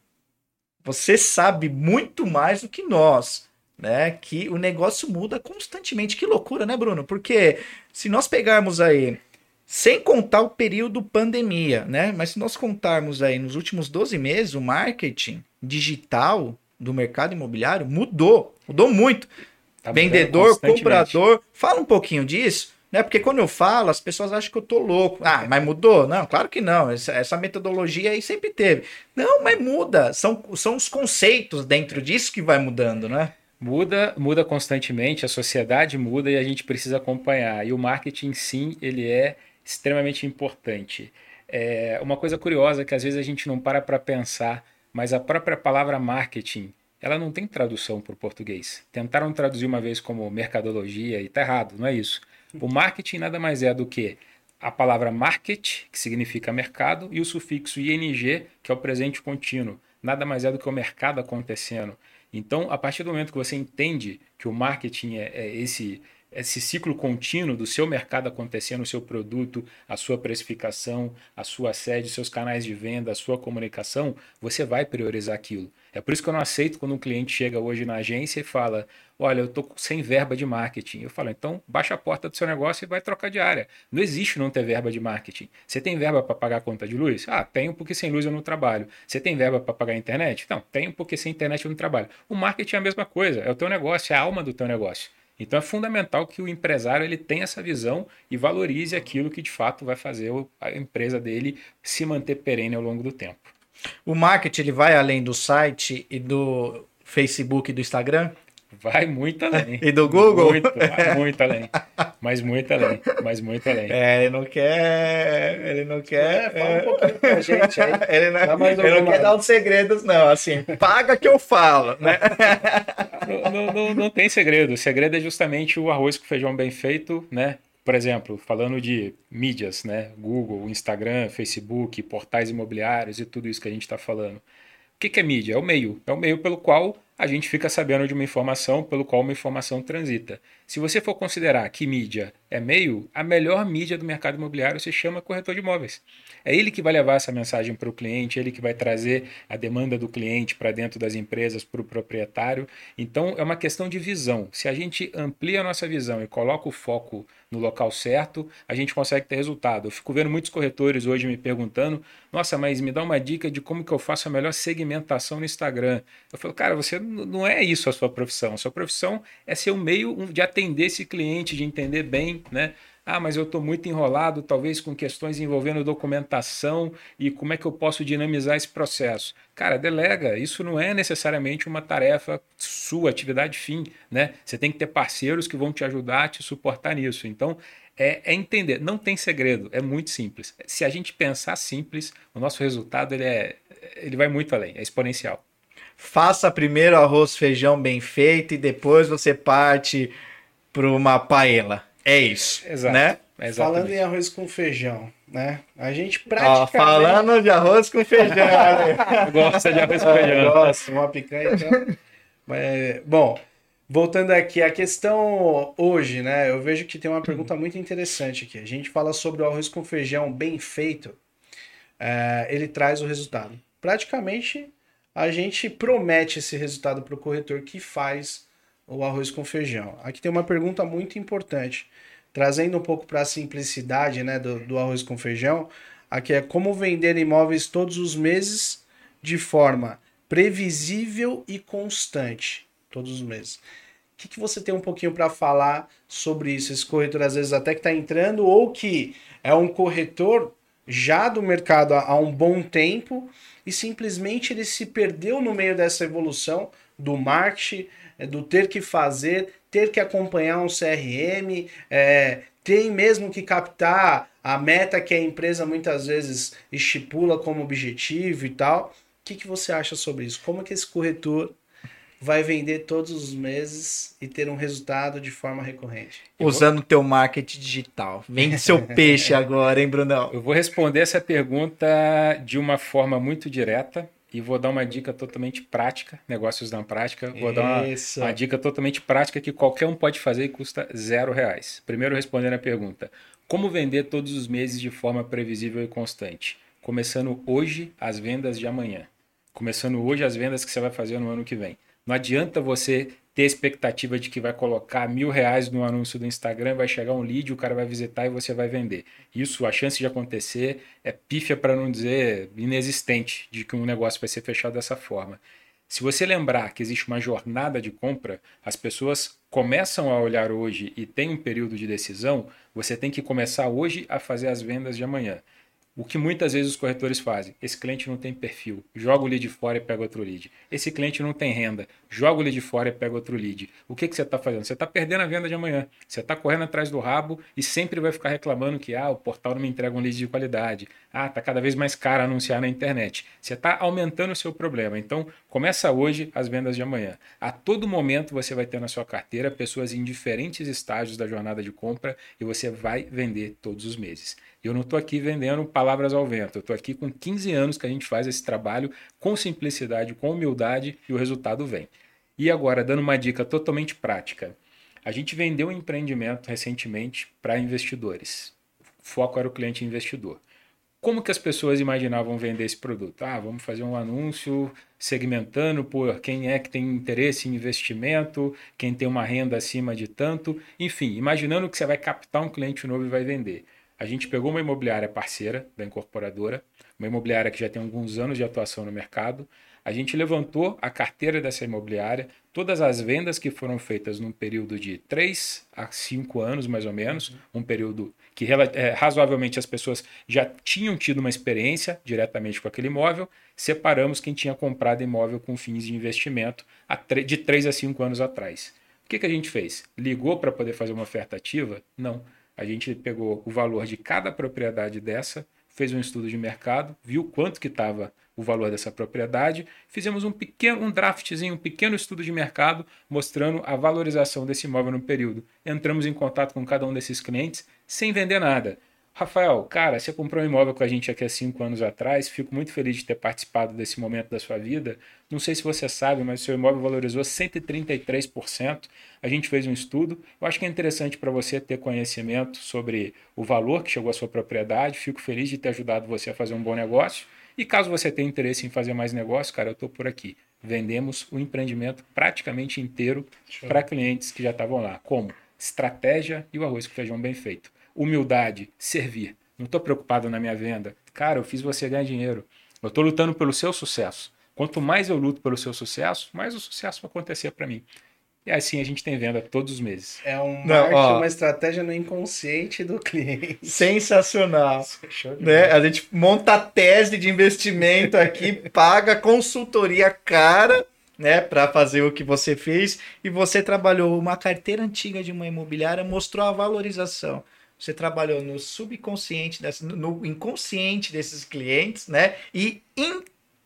Você sabe muito mais do que nós, né? Que o negócio muda constantemente. Que loucura, né, Bruno? Porque se nós pegarmos aí, sem contar o período pandemia, né? Mas se nós contarmos aí nos últimos doze meses, o marketing digital do mercado imobiliário mudou. Mudou muito. Tá Vendedor, comprador. Fala um pouquinho disso. Né? Porque quando eu falo, as pessoas acham que eu tô louco. Ah, mas mudou? Não, claro que não. Essa, essa metodologia aí sempre teve. Não, mas muda. São, são os conceitos dentro disso que vai mudando, né? Muda, muda constantemente, a sociedade muda e a gente precisa acompanhar. E o marketing, sim, ele é extremamente importante. É uma coisa curiosa que às vezes a gente não para para pensar, mas a própria palavra marketing, ela não tem tradução para o português. Tentaram traduzir uma vez como mercadologia e está errado, não é isso. O marketing nada mais é do que a palavra market, que significa mercado, e o sufixo ing, que é o presente contínuo. Nada mais é do que o mercado acontecendo. Então, a partir do momento que você entende que o marketing é, é esse, esse ciclo contínuo do seu mercado acontecendo, o seu produto, a sua precificação, a sua sede, seus canais de venda, a sua comunicação, você vai priorizar aquilo. É por isso que eu não aceito quando um cliente chega hoje na agência e fala, olha, eu estou sem verba de marketing. Eu falo, então baixa a porta do seu negócio e vai trocar de área. Não existe não ter verba de marketing. Você tem verba para pagar a conta de luz? Ah, tenho porque sem luz eu não trabalho. Você tem verba para pagar a internet? Não, tenho porque sem internet eu não trabalho. O marketing é a mesma coisa, é o teu negócio, é a alma do teu negócio. Então é fundamental que o empresário ele tenha essa visão e valorize aquilo que de fato vai fazer a empresa dele se manter perene ao longo do tempo. O marketing ele vai além do site e do Facebook e do Instagram? Vai muito além. E do Google? Muito, vai muito além. Mas muito além. Mas muito além. É, ele não quer. Ele não quer. É, fala um pouquinho pra gente aí. Ele não, ele não quer dar os segredos, não. Assim, paga que eu falo, né? Não, não, não, não tem segredo. O segredo é justamente o arroz com feijão bem feito, né? Por exemplo, falando de mídias, né? Google, Instagram, Facebook, portais imobiliários e tudo isso que a gente está falando. O que, que é mídia? É o meio. É o meio pelo qual a gente fica sabendo de uma informação, pelo qual uma informação transita. Se você for considerar que mídia é meio, a melhor mídia do mercado imobiliário se chama corretor de imóveis. É ele que vai levar essa mensagem para o cliente, ele que vai trazer a demanda do cliente para dentro das empresas, para o proprietário. Então, é uma questão de visão. Se a gente amplia a nossa visão e coloca o foco no local certo, a gente consegue ter resultado. Eu fico vendo muitos corretores hoje me perguntando, nossa, mas me dá uma dica de como que eu faço a melhor segmentação no Instagram. Eu falo, cara, você não é isso a sua profissão. A sua profissão é ser um meio de atender esse cliente, de entender bem, né? Ah, mas eu estou muito enrolado, talvez com questões envolvendo documentação e como é que eu posso dinamizar esse processo. Cara, delega. Isso não é necessariamente uma tarefa sua, atividade fim, né? Você tem que ter parceiros que vão te ajudar a te suportar nisso. Então, é, é entender. Não tem segredo, é muito simples. Se a gente pensar simples, o nosso resultado ele é, ele vai muito além, é exponencial. Faça primeiro arroz, feijão bem feito e depois você parte para uma paella. É isso, Exato. Né? Falando em arroz com feijão, né? A gente praticamente... Ó, falando de arroz com feijão. Gosta de arroz com feijão. Gosto, uma picanha. Então... Mas, bom, voltando aqui, a questão hoje, né? Eu vejo que tem uma pergunta muito interessante aqui. A gente fala sobre o arroz com feijão bem feito, é, ele traz o resultado. Praticamente, a gente promete esse resultado para o corretor que faz o arroz com feijão. Aqui tem uma pergunta muito importante, trazendo um pouco para a simplicidade, né, do, do arroz com feijão. Aqui é como vender imóveis todos os meses de forma previsível e constante, todos os meses. O que, que você tem um pouquinho para falar sobre isso? Esse corretor às vezes até que está entrando ou que é um corretor já do mercado há um bom tempo e simplesmente ele se perdeu no meio dessa evolução do marketing, do ter que fazer, ter que acompanhar um C R M, é, tem mesmo que captar a meta que a empresa muitas vezes estipula como objetivo e tal. O que, que você acha sobre isso? Como é que esse corretor vai vender todos os meses e ter um resultado de forma recorrente? Usando o teu marketing digital. Vende seu peixe agora, hein, Brunão? Eu vou responder essa pergunta de uma forma muito direta e vou dar uma dica totalmente prática, negócios na prática. Vou dar uma, uma dica totalmente prática que qualquer um pode fazer e custa zero reais. Primeiro, respondendo a pergunta, como vender todos os meses de forma previsível e constante? Começando hoje as vendas de amanhã. Começando hoje as vendas que você vai fazer no ano que vem. Não adianta você ter a expectativa de que vai colocar mil reais no anúncio do Instagram, vai chegar um lead, o cara vai visitar e você vai vender. Isso, a chance de acontecer é pífia, para não dizer inexistente, de que um negócio vai ser fechado dessa forma. Se você lembrar que existe uma jornada de compra, as pessoas começam a olhar hoje e tem um período de decisão, você tem que começar hoje a fazer as vendas de amanhã. O que muitas vezes os corretores fazem? Esse cliente não tem perfil, joga o lead fora e pega outro lead. Esse cliente não tem renda, joga o lead fora e pega outro lead. O que, que você está fazendo? Você está perdendo a venda de amanhã. Você está correndo atrás do rabo e sempre vai ficar reclamando que ah, o portal não me entrega um lead de qualidade. Ah, está cada vez mais caro anunciar na internet. Você está aumentando o seu problema. Então, começa hoje as vendas de amanhã. A todo momento você vai ter na sua carteira pessoas em diferentes estágios da jornada de compra e você vai vender todos os meses. Eu não estou aqui vendendo palavras ao vento. Eu estou aqui com quinze anos que a gente faz esse trabalho com simplicidade, com humildade e o resultado vem. E agora, dando uma dica totalmente prática. A gente vendeu um empreendimento recentemente para investidores. O foco era o cliente investidor. Como que as pessoas imaginavam vender esse produto? Ah, vamos fazer um anúncio segmentando por quem é que tem interesse em investimento, quem tem uma renda acima de tanto. Enfim, imaginando que você vai captar um cliente novo e vai vender. A gente pegou uma imobiliária parceira da incorporadora, uma imobiliária que já tem alguns anos de atuação no mercado. A gente levantou a carteira dessa imobiliária, todas as vendas que foram feitas num período de três a cinco anos, mais ou menos, um período que é, razoavelmente as pessoas já tinham tido uma experiência diretamente com aquele imóvel, separamos quem tinha comprado imóvel com fins de investimento de três a cinco anos atrás. O que, que a gente fez? Ligou para poder fazer uma oferta ativa? Não. A gente pegou o valor de cada propriedade dessa, fez um estudo de mercado, viu quanto que estava o valor dessa propriedade, fizemos um pequeno um draftzinho, um pequeno estudo de mercado mostrando a valorização desse imóvel no período. Entramos em contato com cada um desses clientes sem vender nada. Rafael, cara, você comprou um imóvel com a gente aqui há cinco anos atrás, fico muito feliz de ter participado desse momento da sua vida. Não sei se você sabe, mas o seu imóvel valorizou cento e trinta e três por cento. A gente fez um estudo. Eu acho que é interessante para você ter conhecimento sobre o valor que chegou à sua propriedade. Fico feliz de ter ajudado você a fazer um bom negócio. E caso você tenha interesse em fazer mais negócio, cara, eu estou por aqui. Vendemos o empreendimento praticamente inteiro para clientes que já estavam lá. Como? Estratégia e o arroz com feijão bem feito. Humildade, servir. Não estou preocupado na minha venda. Cara, eu fiz você ganhar dinheiro. Eu estou lutando pelo seu sucesso. Quanto mais eu luto pelo seu sucesso, mais o sucesso vai acontecer para mim. E assim a gente tem venda todos os meses. É um marketing, Não, ó, uma estratégia no inconsciente do cliente. Sensacional. Né? A gente monta a tese de investimento aqui, paga consultoria cara, né, para fazer o que você fez, e você trabalhou uma carteira antiga de uma imobiliária, mostrou a valorização. Você trabalhou no subconsciente, no inconsciente desses clientes, né? E, in,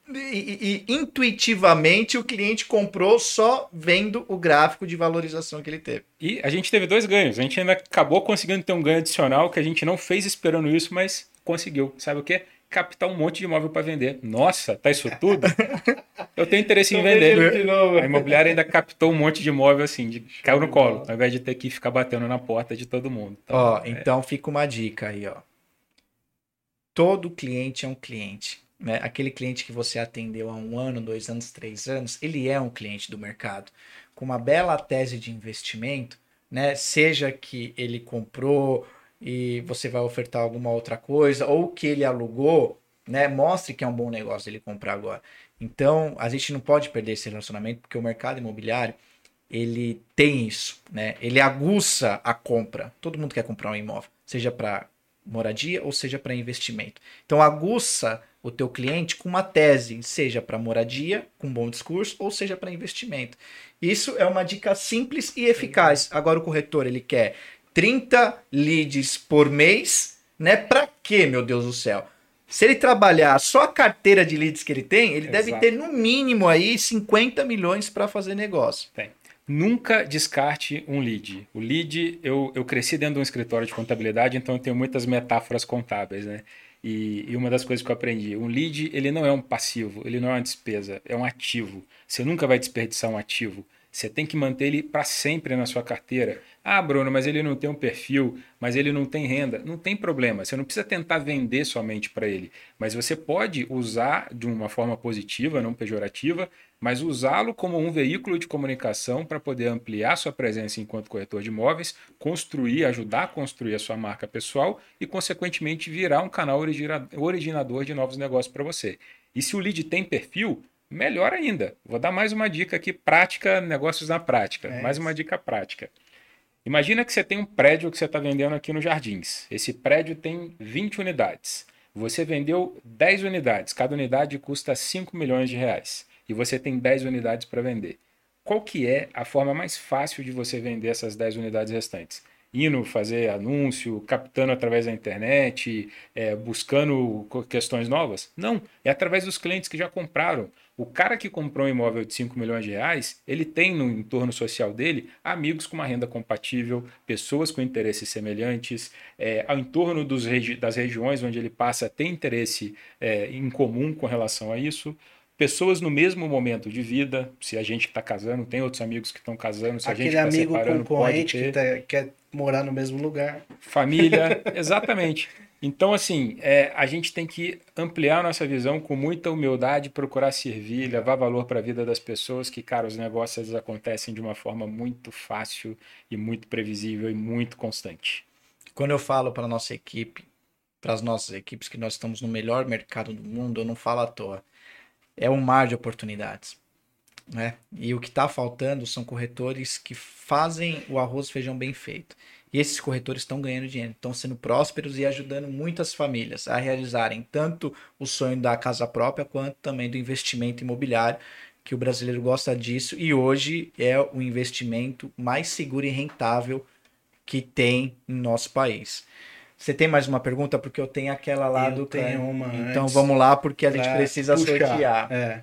e, e intuitivamente o cliente comprou só vendo o gráfico de valorização que ele teve. E a gente teve dois ganhos. A gente ainda acabou conseguindo ter um ganho adicional que a gente não fez esperando isso, mas conseguiu. Sabe o quê? Captar um monte de imóvel para vender. Nossa, tá isso tudo? Eu tenho interesse em vender. De novo. A imobiliária ainda captou um monte de imóvel assim, de, caiu no colo, ao invés de ter que ficar batendo na porta de todo mundo. Então, ó, é... então fica uma dica aí, ó. Todo cliente é um cliente, né? Aquele cliente que você atendeu há um ano, dois anos, três anos, ele é um cliente do mercado. Com uma bela tese de investimento, né? Seja que ele comprou e você vai ofertar alguma outra coisa, ou que ele alugou, né? Mostre que é um bom negócio ele comprar agora. Então, a gente não pode perder esse relacionamento, porque o mercado imobiliário, ele tem isso, né? Ele aguça a compra. Todo mundo quer comprar um imóvel, seja para moradia ou seja para investimento. Então, aguça o teu cliente com uma tese, seja para moradia, com um bom discurso, ou seja para investimento. Isso é uma dica simples e eficaz. Agora, o corretor, ele quer trinta leads por mês, né? Para quê, meu Deus do céu? Se ele trabalhar só a carteira de leads que ele tem, ele Exato. deve ter no mínimo aí cinquenta milhões para fazer negócio. Tem. Nunca descarte um lead. O lead, eu, eu cresci dentro de um escritório de contabilidade, então eu tenho muitas metáforas contábeis, né? E, e uma das coisas que eu aprendi, um lead, ele não é um passivo, ele não é uma despesa, é um ativo. Você nunca vai desperdiçar um ativo. Você tem que manter ele para sempre na sua carteira. Ah, Bruno, mas ele não tem um perfil, mas ele não tem renda. Não tem problema, você não precisa tentar vender somente para ele. Mas você pode usar de uma forma positiva, não pejorativa, mas usá-lo como um veículo de comunicação para poder ampliar sua presença enquanto corretor de imóveis, construir, ajudar a construir a sua marca pessoal e, consequentemente, virar um canal originador de novos negócios para você. E se o lead tem perfil, melhor ainda. Vou dar mais uma dica aqui, prática, negócios na prática. É mais uma dica prática. Imagina que você tem um prédio que você está vendendo aqui no Jardins. Esse prédio tem vinte unidades. Você vendeu dez unidades. Cada unidade custa cinco milhões de reais. E você tem dez unidades para vender. Qual que é a forma mais fácil de você vender essas dez unidades restantes? Indo fazer anúncio, captando através da internet, é, buscando questões novas? Não, é através dos clientes que já compraram. O cara que comprou um imóvel de cinco milhões de reais, ele tem no entorno social dele amigos com uma renda compatível, pessoas com interesses semelhantes, é, ao entorno dos regi- das regiões onde ele passa tem interesse é, em comum com relação a isso. pessoas no mesmo momento de vida, se a gente está casando, tem outros amigos que estão casando, se Aquele a gente está amigo separando, pode concorrente que ter. tá- quer morar no mesmo lugar. Família, exatamente. Então, assim, é, a gente tem que ampliar nossa visão com muita humildade, procurar servir, levar valor para a vida das pessoas, que, cara, os negócios eles acontecem de uma forma muito fácil e muito previsível e muito constante. Quando eu falo para nossa equipe, para as nossas equipes, que nós estamos no melhor mercado do mundo, eu não falo à toa. É um mar de oportunidades, né? E o que está faltando são corretores que fazem o arroz e feijão bem feito. E esses corretores estão ganhando dinheiro, estão sendo prósperos e ajudando muitas famílias a realizarem tanto o sonho da casa própria quanto também do investimento imobiliário, que o brasileiro gosta disso e hoje é o investimento mais seguro e rentável que tem em nosso país. Você tem mais uma pergunta? Porque eu tenho aquela lá Eu do tenho Cleber. uma Então antes vamos lá, porque a gente pra precisa puxar. sortear. É.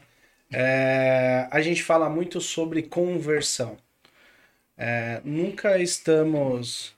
É, a gente fala muito sobre conversão. É, nunca estamos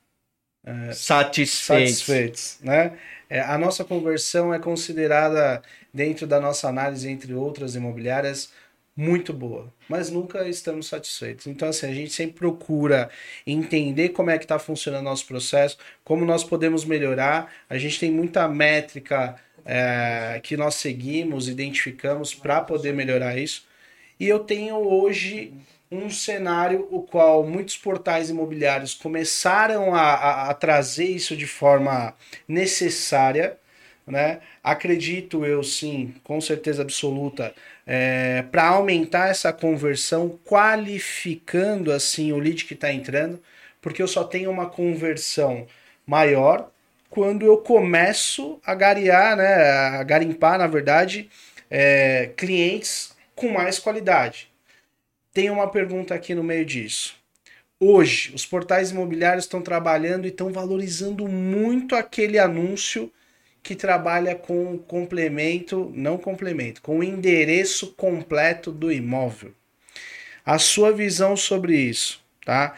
Satisfeitos. satisfeitos, né? É, a nossa conversão é considerada, dentro da nossa análise, entre outras imobiliárias, muito boa, mas nunca estamos satisfeitos. Então, assim, a gente sempre procura entender como é que está funcionando o nosso processo, como nós podemos melhorar. A gente tem muita métrica é, que nós seguimos, identificamos para poder melhorar isso. E eu tenho hoje um cenário o qual muitos portais imobiliários começaram a, a, a trazer isso de forma necessária, né? Acredito eu sim, com certeza absoluta, é, para aumentar essa conversão, qualificando assim o lead que está entrando, porque eu só tenho uma conversão maior quando eu começo a garear, né, a garimpar, na verdade, é, clientes com mais qualidade. Tem uma pergunta aqui no meio disso. Hoje, os portais imobiliários estão trabalhando e estão valorizando muito aquele anúncio que trabalha com complemento, não complemento, com o endereço completo do imóvel. A sua visão sobre isso, tá?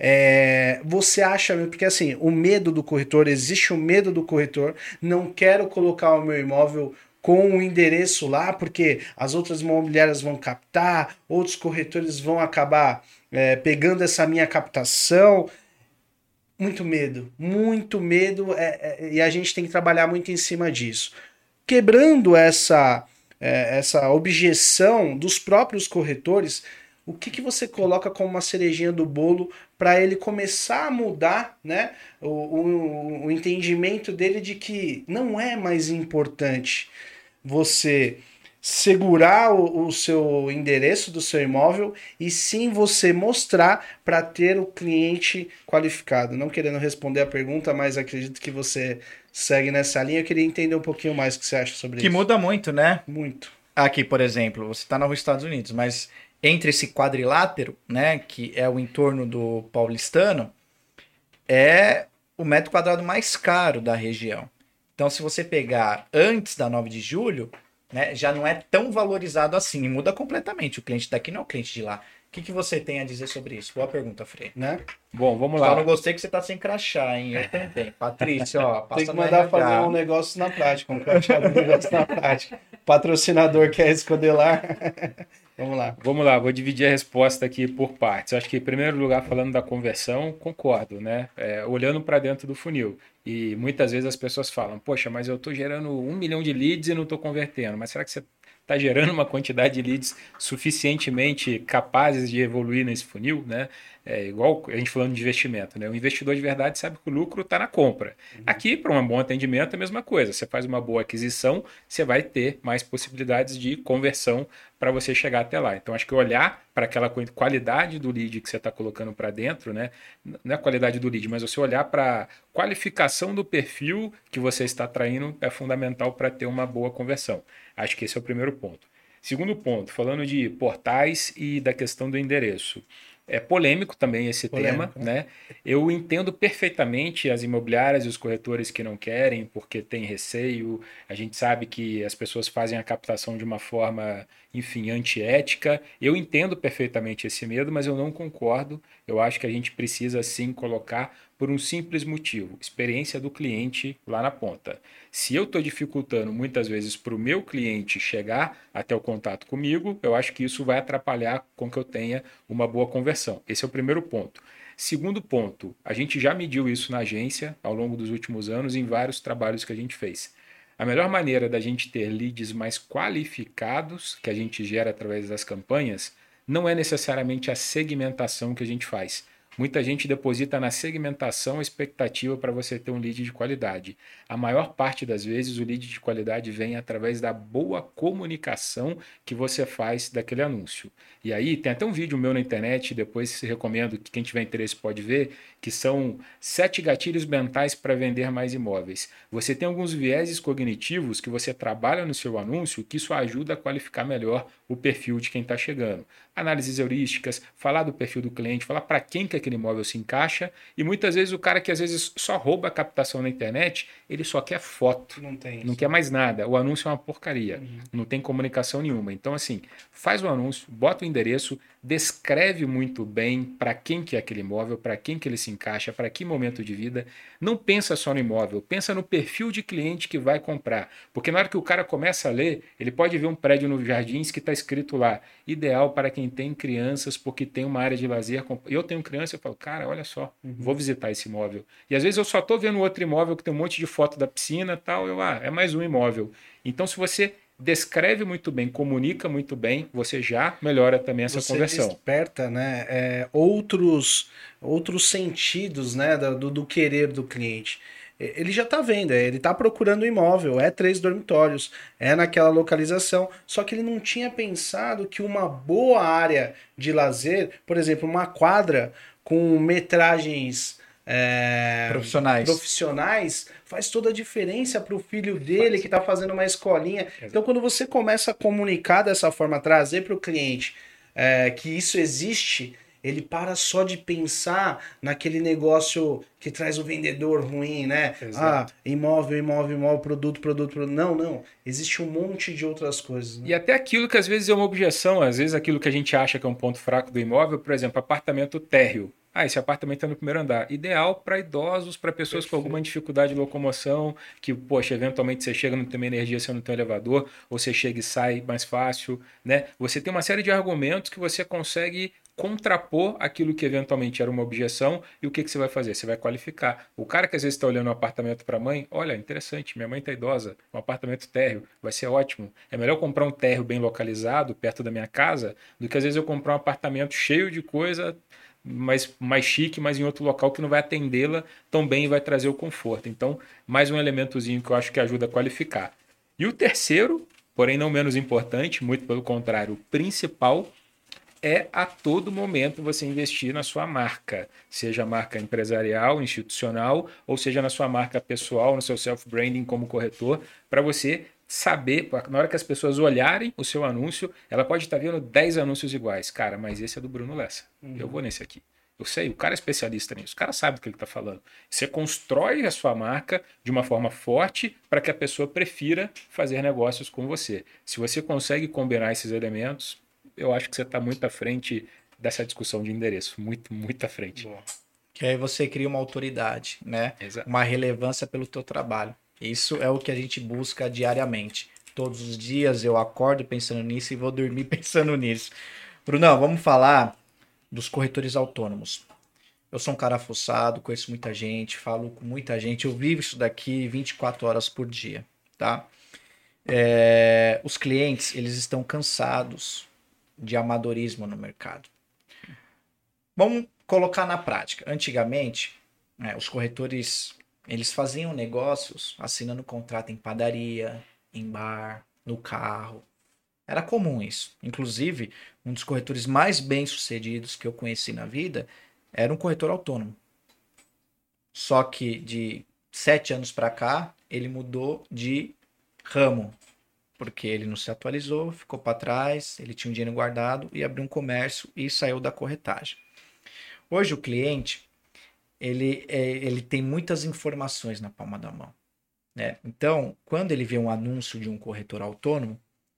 É, você acha, porque assim, o medo do corretor, existe o medo do corretor, não quero colocar o meu imóvel com o endereço lá, porque as outras imobiliárias vão captar, outros corretores vão acabar é, pegando essa minha captação. Muito medo, muito medo, é, é, e a gente tem que trabalhar muito em cima disso. Quebrando essa, é, essa objeção dos próprios corretores, o que, que você coloca como uma cerejinha do bolo para ele começar a mudar, né, o, o, o entendimento dele de que não é mais importante você segurar o, o seu endereço do seu imóvel e sim você mostrar para ter o cliente qualificado. Não querendo responder a pergunta, mas acredito que você segue nessa linha. Eu queria entender um pouquinho mais o que você acha sobre Que isso. Que muda muito, né? Muito. Aqui, por exemplo, você está nos Estados Unidos, mas entre esse quadrilátero, né, que é o entorno do paulistano, é o metro quadrado mais caro da região. Então, se você pegar antes da nove de julho, né, já não é tão valorizado assim, e muda completamente. O cliente daqui não é o cliente de lá. O que, que você tem a dizer sobre isso? Boa pergunta, Frei. Né? Bom, vamos Só lá. não gostei que você tá sem crachá, hein? Eu também. Patrícia, ó, passa Tem que no mandar R H. fazer um negócio na prática, um praticado negócio na prática. Patrocinador quer escodelar. Vamos lá. Vamos lá, vou dividir a resposta aqui por partes. Acho que, em primeiro lugar, falando da conversão, concordo, né? É, olhando para dentro do funil. E muitas vezes as pessoas falam, poxa, mas eu estou gerando um milhão de leads e não estou convertendo. Mas será que você está gerando uma quantidade de leads suficientemente capazes de evoluir nesse funil, né? É igual a gente falando de investimento, né? O investidor de verdade sabe que o lucro está na compra. Uhum. Aqui, para um bom atendimento, é a mesma coisa. Você faz uma boa aquisição, você vai ter mais possibilidades de conversão para você chegar até lá. Então, acho que olhar para aquela qualidade do lead que você está colocando para dentro, né? Não é a qualidade do lead, mas você olhar para a qualificação do perfil que você está atraindo é fundamental para ter uma boa conversão. Acho que esse é o primeiro ponto. Segundo ponto, falando de portais e da questão do endereço. É polêmico também esse polêmico, tema, né? Eu entendo perfeitamente as imobiliárias e os corretores que não querem, porque tem receio. A gente sabe que as pessoas fazem a captação de uma forma enfim, antiética. Eu entendo perfeitamente esse medo, mas eu não concordo. Eu acho que a gente precisa sim colocar por um simples motivo: experiência do cliente lá na ponta. Se eu estou dificultando muitas vezes para o meu cliente chegar até o contato comigo, eu acho que isso vai atrapalhar com que eu tenha uma boa conversão. Esse é o primeiro ponto. Segundo ponto, a gente já mediu isso na agência ao longo dos últimos anos em vários trabalhos que a gente fez. A melhor maneira da gente ter leads mais qualificados, que a gente gera através das campanhas, não é necessariamente a segmentação que a gente faz. Muita gente deposita na segmentação a expectativa para você ter um lead de qualidade. A maior parte das vezes o lead de qualidade vem através da boa comunicação que você faz daquele anúncio. E aí tem até um vídeo meu na internet, depois recomendo que quem tiver interesse pode ver, que são sete gatilhos mentais para vender mais imóveis. Você tem alguns vieses cognitivos que você trabalha no seu anúncio que isso ajuda a qualificar melhor o perfil de quem está chegando. Análises heurísticas, falar do perfil do cliente, falar para quem que aquele imóvel se encaixa, e muitas vezes o cara que às vezes só rouba a captação na internet, ele só quer foto, Não tem isso. não quer mais nada, o anúncio é uma porcaria, uhum. Não tem comunicação nenhuma. Então assim, faz o anúncio, bota o endereço, descreve muito bem para quem que é aquele imóvel, para quem que ele se encaixa, para que momento de vida. Não pensa só no imóvel, pensa no perfil de cliente que vai comprar, porque na hora que o cara começa a ler, ele pode ver um prédio no Jardins que está escrito lá, ideal para quem tem crianças, porque tem uma área de lazer. Eu tenho criança, eu falo, cara, olha só, uhum. Vou visitar esse imóvel. E às vezes eu só estou vendo outro imóvel que tem um monte de foto da piscina e tal, eu, ah, é mais um imóvel. Então, se você descreve muito bem, comunica muito bem, você já melhora também essa você conversão. Você desperta, né, é, outros, outros sentidos, né, do, do querer do cliente. Ele já está vendo, ele está procurando um imóvel, é três dormitórios, é naquela localização, só que ele não tinha pensado que uma boa área de lazer, por exemplo, uma quadra com metragens é, profissionais. profissionais, faz toda a diferença para o filho dele que está fazendo uma escolinha. Exato. Então, quando você começa a comunicar dessa forma, trazer para o cliente é, que isso existe, ele para só de pensar naquele negócio que traz o vendedor ruim, né? Exato. Ah, imóvel, imóvel, imóvel, produto, produto, produto. Não, não. Existe um monte de outras coisas. Né? E até aquilo que às vezes é uma objeção, às vezes aquilo que a gente acha que é um ponto fraco do imóvel, por exemplo, apartamento térreo. Ah, esse apartamento está no primeiro andar. Ideal para idosos, para pessoas Perfeito. Com alguma dificuldade de locomoção, que, poxa, eventualmente você chega, não tem uma energia, você não tem um elevador, ou você chega e sai mais fácil, né? Você tem uma série de argumentos que você consegue contrapor aquilo que eventualmente era uma objeção, e o que, que você vai fazer? Você vai qualificar. O cara que às vezes está olhando um apartamento para a mãe, olha, interessante, minha mãe está idosa, um apartamento térreo, vai ser ótimo. É melhor comprar um térreo bem localizado, perto da minha casa, do que às vezes eu comprar um apartamento cheio de coisa, mais, mais chique, mas em outro local que não vai atendê-la tão bem e vai trazer o conforto. Então, mais um elementozinho que eu acho que ajuda a qualificar. E o terceiro, porém não menos importante, muito pelo contrário, o principal, é a todo momento você investir na sua marca, seja marca empresarial, institucional, ou seja na sua marca pessoal, no seu self-branding como corretor, para você saber, na hora que as pessoas olharem o seu anúncio, ela pode estar vendo dez anúncios iguais. Cara, mas esse é do Bruno Lessa. Uhum. Eu vou nesse aqui. Eu sei, o cara é especialista nisso, o cara sabe do que ele está falando. Você constrói a sua marca de uma forma forte para que a pessoa prefira fazer negócios com você. Se você consegue combinar esses elementos, eu acho que você está muito à frente dessa discussão de endereço. Muito, muito à frente. Boa. Que aí você cria uma autoridade, né? Exato. Uma relevância pelo teu trabalho. Isso é o que a gente busca diariamente. Todos os dias eu acordo pensando nisso e vou dormir pensando nisso. Brunão, vamos falar dos corretores autônomos. Eu sou um cara fuçado, conheço muita gente, falo com muita gente. Eu vivo isso daqui vinte e quatro horas por dia, tá? É, os clientes, eles estão cansados de amadorismo no mercado. Vamos colocar na prática. Antigamente, né, os corretores, eles faziam negócios assinando contrato em padaria, em bar, no carro. Era comum isso. Inclusive, um dos corretores mais bem-sucedidos que eu conheci na vida era um corretor autônomo. Só que de sete anos para cá, ele mudou de ramo. Porque ele não se atualizou, ficou para trás, ele tinha um dinheiro guardado e abriu um comércio e saiu da corretagem. Hoje o cliente, ele, é, ele tem muitas informações na palma da mão, né? Então, quando ele vê um anúncio de um corretor autônomo,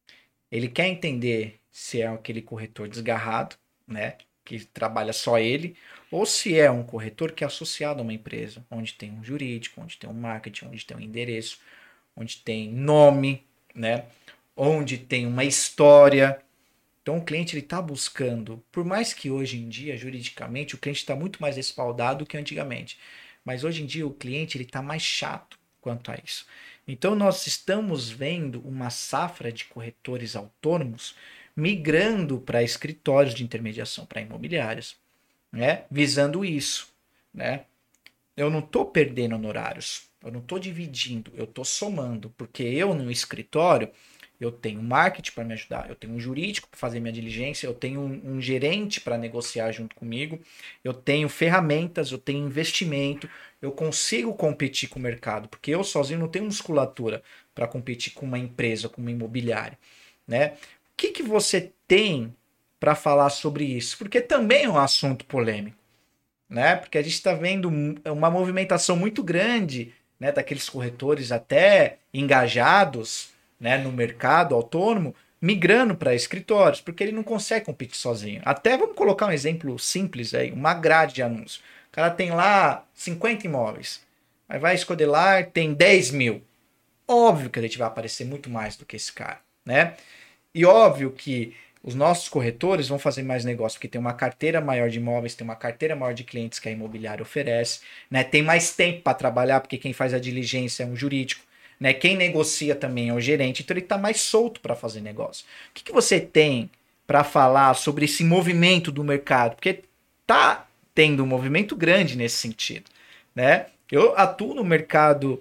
Ele quer entender se é aquele corretor desgarrado, né? Que trabalha só ele, ou se é um corretor que é associado a uma empresa, onde tem um jurídico, onde tem um marketing, onde tem um endereço, onde tem nome, né? Onde tem uma história. Então o cliente ele está buscando, por mais que hoje em dia, juridicamente, o cliente está muito mais respaldado do que antigamente. Mas hoje em dia o cliente ele está mais chato quanto a isso. Então nós estamos vendo uma safra de corretores autônomos migrando para escritórios de intermediação, para imobiliárias, né? Visando isso, né? Eu não estou perdendo honorários, eu não estou dividindo, eu estou somando, porque eu no escritório eu tenho marketing para me ajudar, eu tenho um jurídico para fazer minha diligência, eu tenho um, um gerente para negociar junto comigo, eu tenho ferramentas, eu tenho investimento, eu consigo competir com o mercado, porque eu sozinho não tenho musculatura para competir com uma empresa, com uma imobiliária, né? O que, que você tem para falar sobre isso? Porque também é um assunto polêmico, né? Porque a gente está vendo uma movimentação muito grande, né, daqueles corretores até engajados, né, no mercado autônomo, migrando para escritórios, porque ele não consegue competir sozinho. Até vamos colocar um exemplo simples aí, uma grade de anúncio. O cara tem lá cinquenta imóveis, aí vai escodelar, tem dez mil. Óbvio que a gente vai aparecer muito mais do que esse cara, né? E óbvio que os nossos corretores vão fazer mais negócio, porque tem uma carteira maior de imóveis, tem uma carteira maior de clientes que a imobiliária oferece, né? Tem mais tempo para trabalhar, porque quem faz a diligência é um jurídico, né? Quem negocia também é o gerente, então ele está mais solto para fazer negócio. O que, que você tem para falar sobre esse movimento do mercado? Porque tá tendo um movimento grande nesse sentido, né? Eu atuo no mercado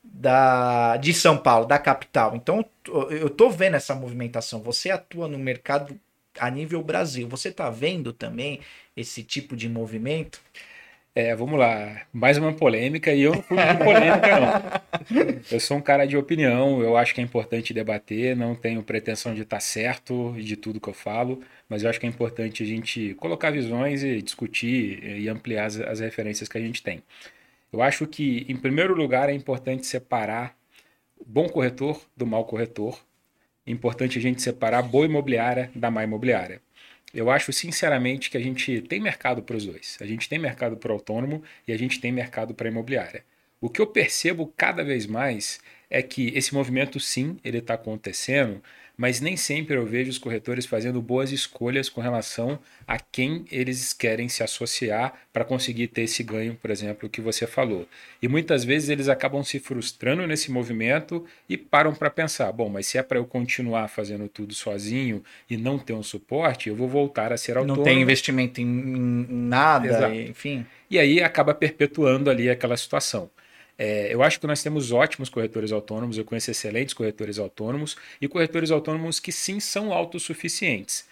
da, de São Paulo, da capital. Então, eu tô vendo essa movimentação. Você atua no mercado a nível Brasil. Você está vendo também esse tipo de movimento? É, vamos lá. Mais uma polêmica e eu não fui de polêmica, não. Eu sou um cara de opinião, eu acho que é importante debater, não tenho pretensão de estar certo de tudo que eu falo, mas eu acho que é importante a gente colocar visões e discutir e ampliar as, as referências que a gente tem. Eu acho que, em primeiro lugar, é importante separar o bom corretor do mau corretor. É importante a gente separar a boa imobiliária da má imobiliária. Eu acho, sinceramente, que a gente tem mercado para os dois. A gente tem mercado para o autônomo e a gente tem mercado para a imobiliária. O que eu percebo cada vez mais é que esse movimento, sim, ele está acontecendo, mas nem sempre eu vejo os corretores fazendo boas escolhas com relação a quem eles querem se associar para conseguir ter esse ganho, por exemplo, que você falou. E muitas vezes eles acabam se frustrando nesse movimento e param para pensar, bom, mas se é para eu continuar fazendo tudo sozinho e não ter um suporte, eu vou voltar a ser autônomo. Não tem investimento em, em nada, Exato. enfim. E aí acaba perpetuando ali aquela situação. É, eu acho que nós temos ótimos corretores autônomos, eu conheço excelentes corretores autônomos e corretores autônomos que sim são autossuficientes.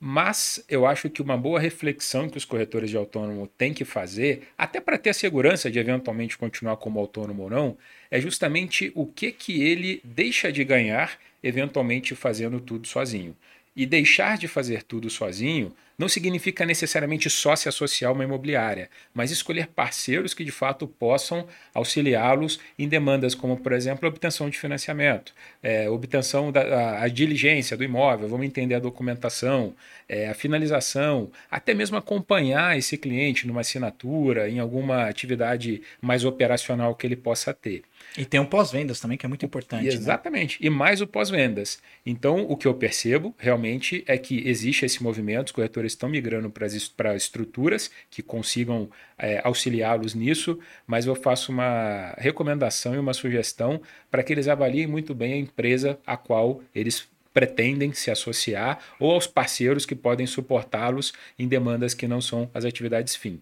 Mas eu acho que uma boa reflexão que os corretores de autônomo têm que fazer, até para ter a segurança de eventualmente continuar como autônomo ou não, é justamente o que, que ele deixa de ganhar eventualmente fazendo tudo sozinho. E deixar de fazer tudo sozinho não significa necessariamente só se associar a uma imobiliária, mas escolher parceiros que de fato possam auxiliá-los em demandas como, por exemplo, a obtenção de financiamento, é, obtenção da a, a diligência do imóvel, vamos entender a documentação, é, a finalização, até mesmo acompanhar esse cliente numa assinatura, em alguma atividade mais operacional que ele possa ter. E tem um pós-vendas também, que é muito importante. Exatamente. Né? E mais o pós-vendas. Então, o que eu percebo realmente é que existe esse movimento, os corretores estão migrando para estruturas que consigam é, auxiliá-los nisso, mas eu faço uma recomendação e uma sugestão para que eles avaliem muito bem a empresa a qual eles pretendem se associar ou aos parceiros que podem suportá-los em demandas que não são as atividades fim.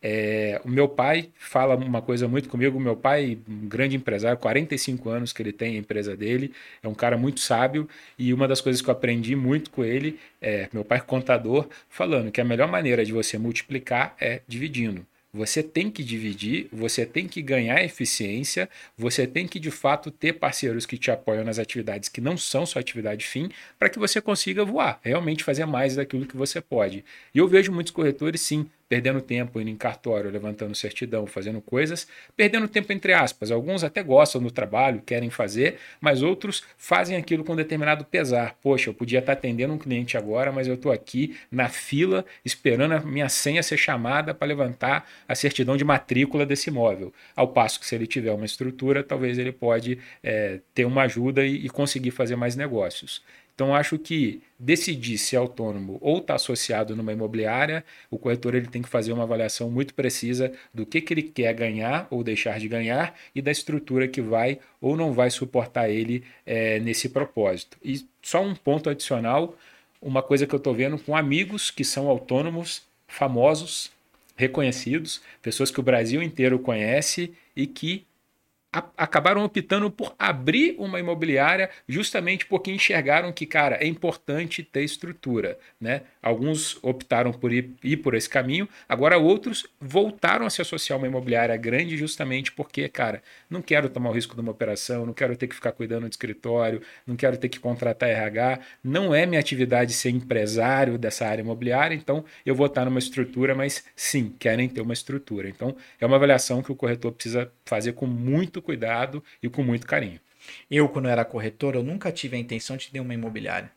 É, o meu pai fala uma coisa muito comigo. O meu pai, um grande empresário, quarenta e cinco anos que ele tem a empresa dele, é um cara muito sábio, e uma das coisas que eu aprendi muito com ele é, meu pai é contador, falando que a melhor maneira de você multiplicar é dividindo. Você tem que dividir, você tem que ganhar eficiência, você tem que de fato ter parceiros que te apoiam nas atividades que não são sua atividade fim, para que você consiga voar, realmente fazer mais daquilo que você pode. E eu vejo muitos corretores sim perdendo tempo indo em cartório, levantando certidão, fazendo coisas, perdendo tempo entre aspas. Alguns até gostam do trabalho, querem fazer, mas outros fazem aquilo com determinado pesar. Poxa, eu podia estar atendendo um cliente agora, mas eu estou aqui na fila esperando a minha senha ser chamada para levantar a certidão de matrícula desse imóvel. Ao passo que se ele tiver uma estrutura, talvez ele pode é, ter uma ajuda e, e conseguir fazer mais negócios. Então, acho que decidir ser autônomo ou estar associado numa imobiliária, o corretor ele tem que fazer uma avaliação muito precisa do que, que ele quer ganhar ou deixar de ganhar e da estrutura que vai ou não vai suportar ele é, nesse propósito. E só um ponto adicional, uma coisa que eu estou vendo com amigos que são autônomos, famosos, reconhecidos, pessoas que o Brasil inteiro conhece e que acabaram optando por abrir uma imobiliária justamente porque enxergaram que, cara, é importante ter estrutura, né? Alguns optaram por ir, ir por esse caminho, agora outros voltaram a se associar a uma imobiliária grande justamente porque, cara, não quero tomar o risco de uma operação, não quero ter que ficar cuidando de escritório, não quero ter que contratar R H, não é minha atividade ser empresário dessa área imobiliária, então eu vou estar numa estrutura, mas sim, querem ter uma estrutura. Então, é uma avaliação que o corretor precisa fazer com muito cuidado e com muito carinho. Eu, quando era corretor, eu nunca tive a intenção de ter uma imobiliária.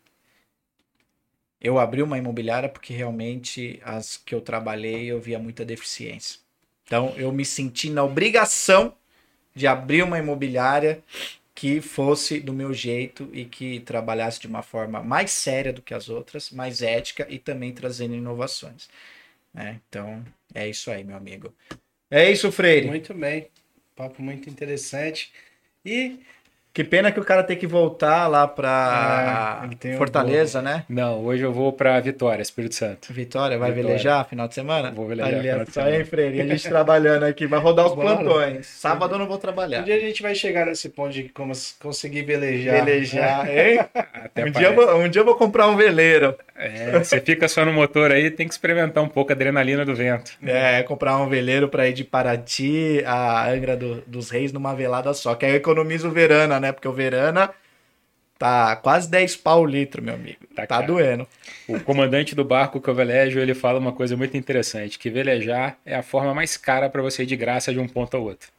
Eu abri uma imobiliária porque realmente as que eu trabalhei eu via muita deficiência. Então, eu me senti na obrigação de abrir uma imobiliária que fosse do meu jeito e que trabalhasse de uma forma mais séria do que as outras, mais ética e também trazendo inovações. É, então, é isso aí, meu amigo. É isso, Freire. Muito bem. Papo muito interessante. E que pena que o cara tem que voltar lá para é, Fortaleza, um né? Não, hoje eu vou para Vitória, Espírito Santo. Vitória, vai Vitória. velejar final de semana? Vou velejar Ali, final de só, semana. hein, Freire? E a gente trabalhando aqui, vai rodar os Bora. plantões. Sábado eu não vou trabalhar. Um dia a gente vai chegar nesse ponto de como conseguir velejar. Velejar, hein? Até Um dia, eu vou, um dia eu vou comprar um veleiro. É, você fica só no motor aí, tem que experimentar um pouco a adrenalina do vento. É, comprar um veleiro para ir de Paraty a Angra do, dos Reis numa velada só. Que aí eu economizo o Verana, né? Porque o Verana tá quase dez pau o litro, meu amigo. Tá, tá doendo. O comandante do barco que eu velejo, ele fala uma coisa muito interessante, que velejar é a forma mais cara para você ir de graça de um ponto ao outro.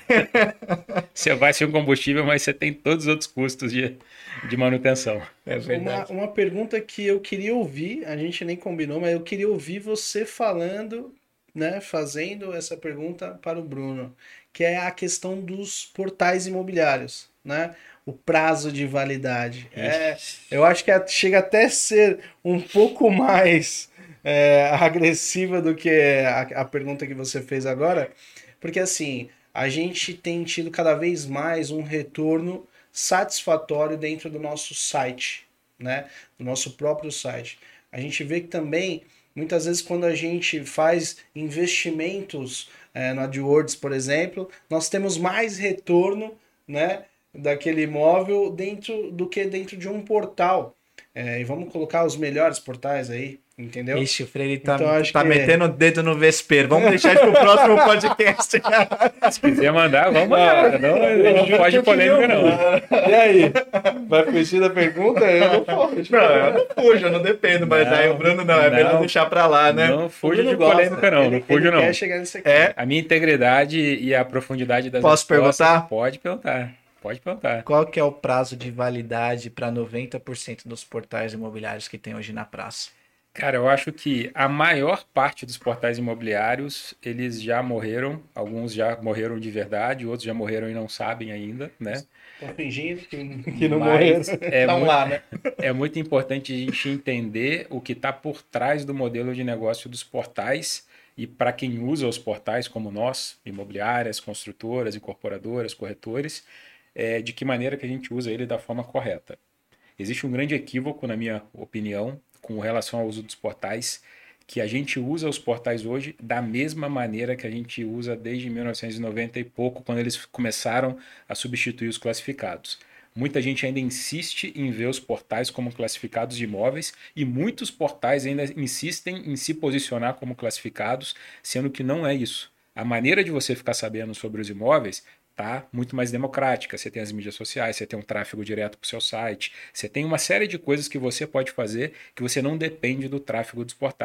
Você vai sem um combustível, mas você tem todos os outros custos de, de manutenção. É verdade. Uma, uma pergunta que eu queria ouvir, a gente nem combinou, mas eu queria ouvir você falando, né, fazendo essa pergunta para o Bruno, que é a questão dos portais imobiliários, né? O prazo de validade. É, eu acho que chega até a ser um pouco mais é, agressiva do que a, a pergunta que você fez agora, porque assim, a gente tem tido cada vez mais um retorno satisfatório dentro do nosso site, né? Do nosso próprio site. A gente vê que também, muitas vezes, quando a gente faz investimentos é, no AdWords, por exemplo, nós temos mais retorno, né, daquele imóvel dentro do que dentro de um portal. É, e vamos colocar os melhores portais aí, entendeu? Ixi, o Freire tá, Então, acho tá que- metendo o dedo no vespeiro. Vamos deixar isso pro próximo podcast. Se quiser mandar, vamos mandar. Não, não, não pode polêmica, não. E aí? Vai fugir da pergunta? Eu não posso. Não, eu não fujo, eu não dependo, mas Não, aí o Bruno não, é não. melhor deixar pra lá, né? Não fuja Bruno de gosta. polêmica, não. Ele, Não fuja, ele não. quer chegar nisso aqui. É? A minha integridade e a profundidade das Posso respostas- perguntar? Pode perguntar. Pode perguntar. Qual que é o prazo de validade para noventa por cento dos portais imobiliários que tem hoje na praça? Cara, eu acho que a maior parte dos portais imobiliários, eles já morreram. Alguns já morreram de verdade, outros já morreram e não sabem ainda, né? Tô fingindo que, que não Mas morreram. é Tão muito, lá, né? é muito importante a gente entender o que está por trás do modelo de negócio dos portais e para quem usa os portais, como nós, imobiliárias, construtoras, incorporadoras, corretores, é, de que maneira que a gente usa ele da forma correta. Existe um grande equívoco, na minha opinião, com relação ao uso dos portais, que a gente usa os portais hoje da mesma maneira que a gente usa desde mil novecentos e noventa e pouco, quando eles começaram a substituir os classificados. Muita gente ainda insiste em ver os portais como classificados de imóveis e muitos portais ainda insistem em se posicionar como classificados, sendo que não é isso. A maneira de você ficar sabendo sobre os imóveis tá muito mais democrática. Você tem as mídias sociais, você tem um tráfego direto para o seu site, você tem uma série de coisas que você pode fazer que você não depende do tráfego dos portais.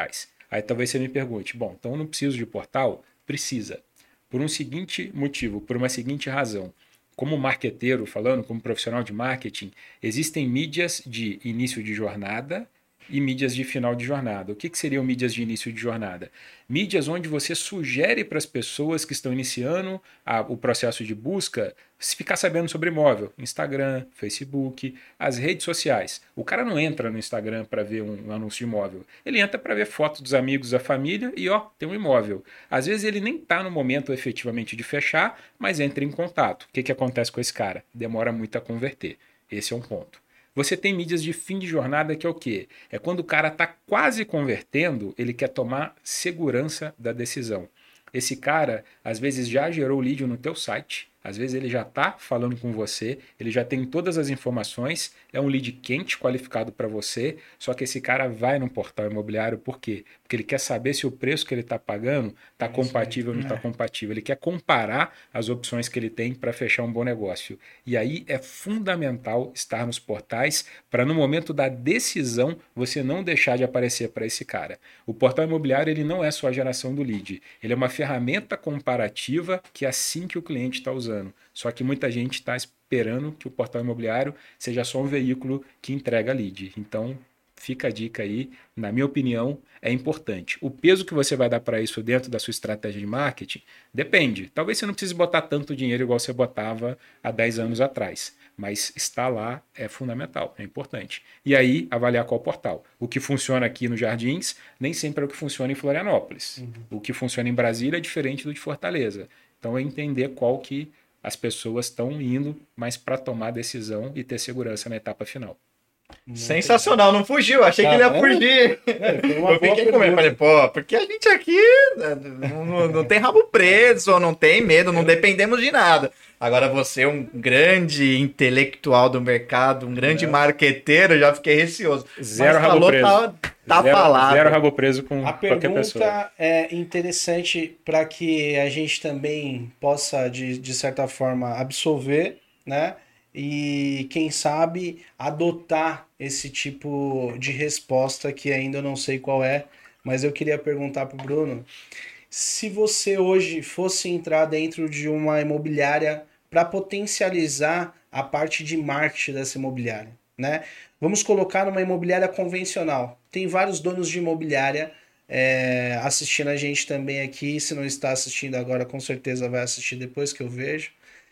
Aí talvez você me pergunte, bom, então eu não preciso de portal? Precisa. Por um seguinte motivo, por uma seguinte razão. Como marqueteiro, falando como profissional de marketing, existem mídias de início de jornada e mídias de final de jornada. O que, que seriam mídias de início de jornada? Mídias onde você sugere para as pessoas que estão iniciando a, o processo de busca ficar sabendo sobre imóvel. Instagram, Facebook, as redes sociais. O cara não entra no Instagram para ver um, um anúncio de imóvel. Ele entra para ver fotos dos amigos, da família e ó, tem um imóvel. Às vezes ele nem está no momento efetivamente de fechar, mas entra em contato. O que, que acontece com esse cara? Demora muito a converter. Esse é um ponto. Você tem mídias de fim de jornada que é o quê? É quando o cara está quase convertendo, ele quer tomar segurança da decisão. Esse cara, às vezes, já gerou lead no teu site, às vezes ele já está falando com você, ele já tem todas as informações, é um lead quente qualificado para você, só que esse cara vai no portal imobiliário, por quê? Porque ele quer saber se o preço que ele está pagando está é compatível ou não está é. compatível. Ele quer comparar as opções que ele tem para fechar um bom negócio. E aí é fundamental estar nos portais para no momento da decisão você não deixar de aparecer para esse cara. O portal imobiliário ele não é só a geração do lead, ele é uma ferramenta comparativa que é assim que o cliente está usando. Só que muita gente está esperando que o portal imobiliário seja só um veículo que entrega lead. Então, fica a dica aí, na minha opinião, é importante. O peso que você vai dar para isso dentro da sua estratégia de marketing depende. Talvez você não precise botar tanto dinheiro igual você botava há dez anos atrás, mas estar lá é fundamental, é importante. E aí, avaliar qual portal. O que funciona aqui nos Jardins nem sempre é o que funciona em Florianópolis. Uhum. O que funciona em Brasília é diferente do de Fortaleza. Então, é entender qual que as pessoas estão indo, mas para tomar decisão e ter segurança na etapa final. Muito sensacional, bom. Não fugiu, achei tá, que ele ia fugir. É, foi uma eu boa fiquei com medo, falei, pô, porque a gente aqui não, não, não tem rabo preso, não tem medo, não dependemos de nada. Agora você, um grande intelectual do mercado, um grande é. marqueteiro, já fiquei receoso. Zero Mas rabo falou, preso. Tá, tá zero, falado. Zero rabo preso com a qualquer pessoa. A pergunta é interessante para que a gente também possa, de, de certa forma, absolver, né? E, quem sabe, adotar esse tipo de resposta que ainda eu não sei qual é, mas eu queria perguntar para o Bruno, se você hoje fosse entrar dentro de uma imobiliária para potencializar a parte de marketing dessa imobiliária, né? Vamos colocar numa imobiliária convencional. Tem vários donos de imobiliária é, assistindo a gente também aqui. Se não está assistindo agora, com certeza vai assistir depois que eu vejo.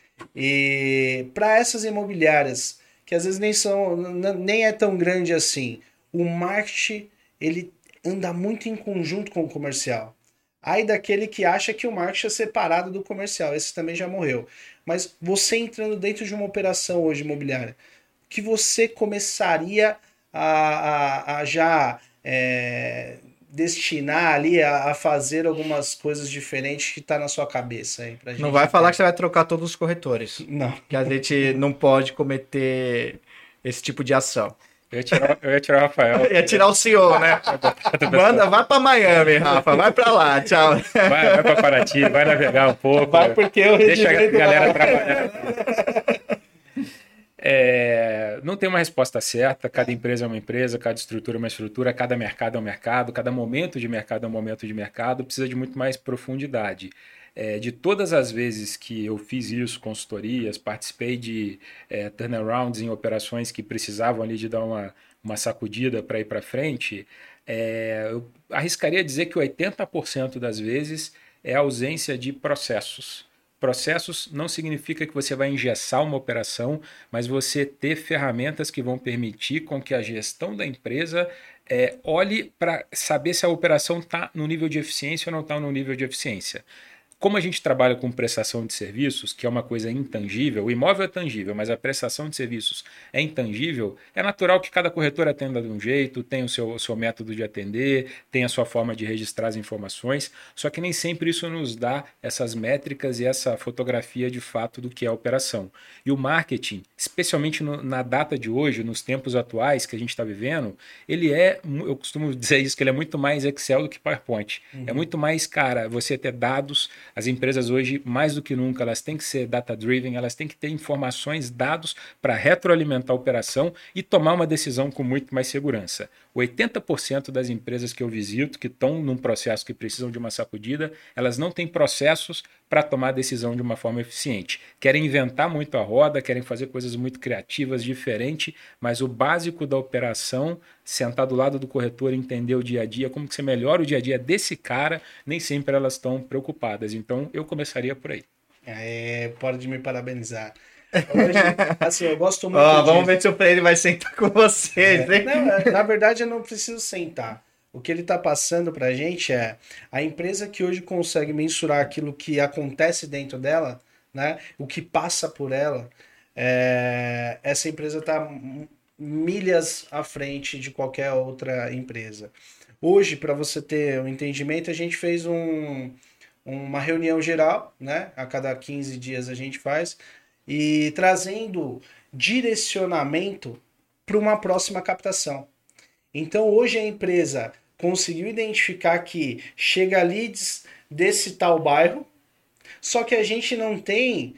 E para essas imobiliárias, que às vezes nem são, nem é tão grande assim, o marketing ele anda muito em conjunto com o comercial. Aí daquele que acha que o marketing é separado do comercial, esse também já morreu. Mas você entrando dentro de uma operação hoje imobiliária, que você começaria a, a, a já é, destinar ali a, a fazer algumas coisas diferentes que está na sua cabeça aí pra gente. Não vai falar que você vai trocar todos os corretores. Não. Que a gente não pode cometer esse tipo de ação. Eu ia tirar, eu ia tirar o Rafael. Eu ia tirar o senhor, né? Manda, vai pra Miami, Rafa. Vai pra lá, tchau. Vai, vai pra Paraty, vai navegar um pouco. Vai porque eu deixa a galera trabalhar. É, não tem uma resposta certa, cada empresa é uma empresa, cada estrutura é uma estrutura, cada mercado é um mercado, cada momento de mercado é um momento de mercado, precisa de muito mais profundidade. É, de todas as vezes que eu fiz isso, consultorias, participei de é, turnarounds em operações que precisavam ali de dar uma, uma sacudida para ir para frente, é, eu arriscaria dizer que oitenta por cento das vezes é a ausência de processos. Processos não significa que você vai engessar uma operação, mas você ter ferramentas que vão permitir com que a gestão da empresa é, olhe para saber se a operação está no nível de eficiência ou não está no nível de eficiência. Como a gente trabalha com prestação de serviços, que é uma coisa intangível, o imóvel é tangível, mas a prestação de serviços é intangível, é natural que cada corretor atenda de um jeito, tenha o seu, o seu método de atender, tenha a sua forma de registrar as informações, só que nem sempre isso nos dá essas métricas e essa fotografia de fato do que é a operação. E o marketing, especialmente no, na data de hoje, nos tempos atuais que a gente está vivendo, ele é, eu costumo dizer isso, que ele é muito mais Excel do que PowerPoint. Uhum. É muito mais, cara, você ter dados, As empresas hoje, mais do que nunca, elas têm que ser data-driven, elas têm que ter informações, dados para retroalimentar a operação e tomar uma decisão com muito mais segurança. oitenta por cento das empresas que eu visito, que estão num processo que precisam de uma sacudida, elas não têm processos para tomar decisão de uma forma eficiente. Querem inventar muito a roda, querem fazer coisas muito criativas, diferentes, mas o básico da operação, sentar do lado do corretor, entender o dia a dia, como que você melhora o dia a dia desse cara, nem sempre elas estão preocupadas. Então, eu começaria por aí. É, pode me parabenizar. Hoje, assim, eu gosto muito oh, vamos disso. ver se o Freire vai sentar com vocês, É, hein? não, na verdade, eu não preciso sentar. O que ele está passando para a gente é a empresa que hoje consegue mensurar aquilo que acontece dentro dela, né? O que passa por ela, é, essa empresa está milhas à frente de qualquer outra empresa. Hoje, para você ter um entendimento, a gente fez um, uma reunião geral, né? A cada quinze dias a gente faz, e trazendo direcionamento para uma próxima captação. Então, hoje a empresa conseguiu identificar que chega leads desse tal bairro, só que a gente não tem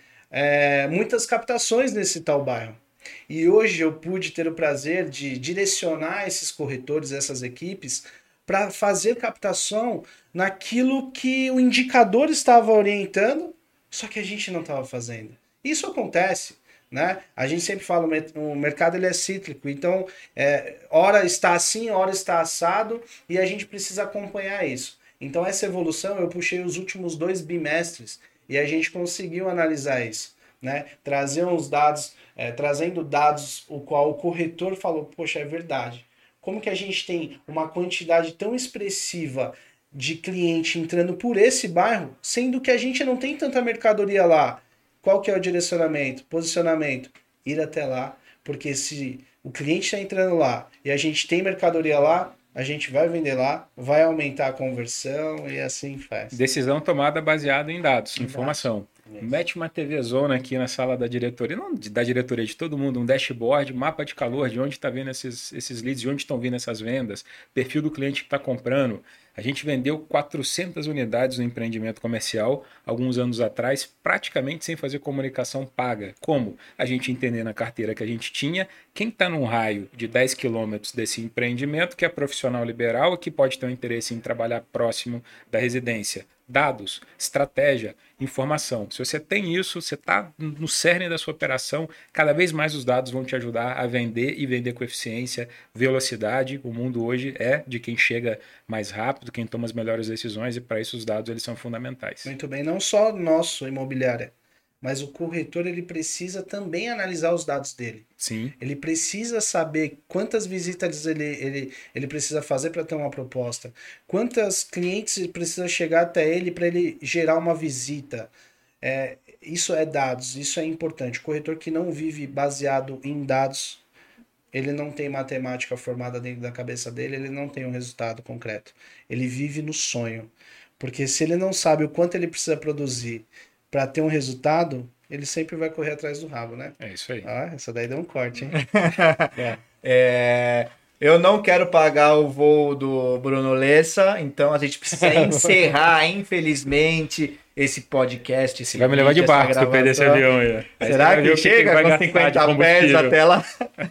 é, muitas captações nesse tal bairro. E hoje eu pude ter o prazer de direcionar esses corretores, essas equipes, para fazer captação naquilo que o indicador estava orientando, só que a gente não estava fazendo. Isso acontece, né? A gente sempre fala, o mercado ele é cíclico, então é, hora está assim, hora está assado, e a gente precisa acompanhar isso. Então essa evolução eu puxei os últimos dois bimestres e a gente conseguiu analisar isso, né? Trazer uns dados, é, trazendo dados o qual o corretor falou, poxa, é verdade. Como que a gente tem uma quantidade tão expressiva de cliente entrando por esse bairro, sendo que a gente não tem tanta mercadoria lá? Qual que é o direcionamento, posicionamento? Ir até lá, porque se o cliente está entrando lá e a gente tem mercadoria lá, a gente vai vender lá, vai aumentar a conversão e assim faz. Decisão tomada baseada em dados, em informação. Isso. Mete uma T V zona aqui na sala da diretoria, não da diretoria de todo mundo, um dashboard, mapa de calor, de onde está vindo esses, esses leads, de onde estão vindo essas vendas, perfil do cliente que está comprando. A gente vendeu quatrocentas unidades no empreendimento comercial alguns anos atrás, praticamente sem fazer comunicação paga. Como? A gente entender na carteira que a gente tinha, quem está num raio de dez quilômetros desse empreendimento, que é profissional liberal e que pode ter um interesse em trabalhar próximo da residência. Dados, estratégia, informação. Se você tem isso, você está no cerne da sua operação, cada vez mais os dados vão te ajudar a vender e vender com eficiência, velocidade. O mundo hoje é de quem chega mais rápido, quem toma as melhores decisões, e para isso os dados eles são fundamentais. Muito bem, não só nosso imobiliária, mas o corretor ele precisa também analisar os dados dele. Sim. Ele precisa saber quantas visitas ele, ele, ele precisa fazer para ter uma proposta, quantas clientes precisa chegar até ele para ele gerar uma visita. É, isso é dados, isso é importante. O corretor que não vive baseado em dados, ele não tem matemática formada dentro da cabeça dele, ele não tem um resultado concreto. Ele vive no sonho. Porque se ele não sabe o quanto ele precisa produzir para ter um resultado, ele sempre vai correr atrás do rabo, né? É isso aí. Ah, essa daí deu um corte, hein? é. É, eu não quero pagar o voo do Bruno Lessa, então a gente precisa encerrar, infelizmente, esse podcast. Esse Você vai me levar de barco se eu perder esse avião aí. Será que, que chega que com cinquenta pés até lá?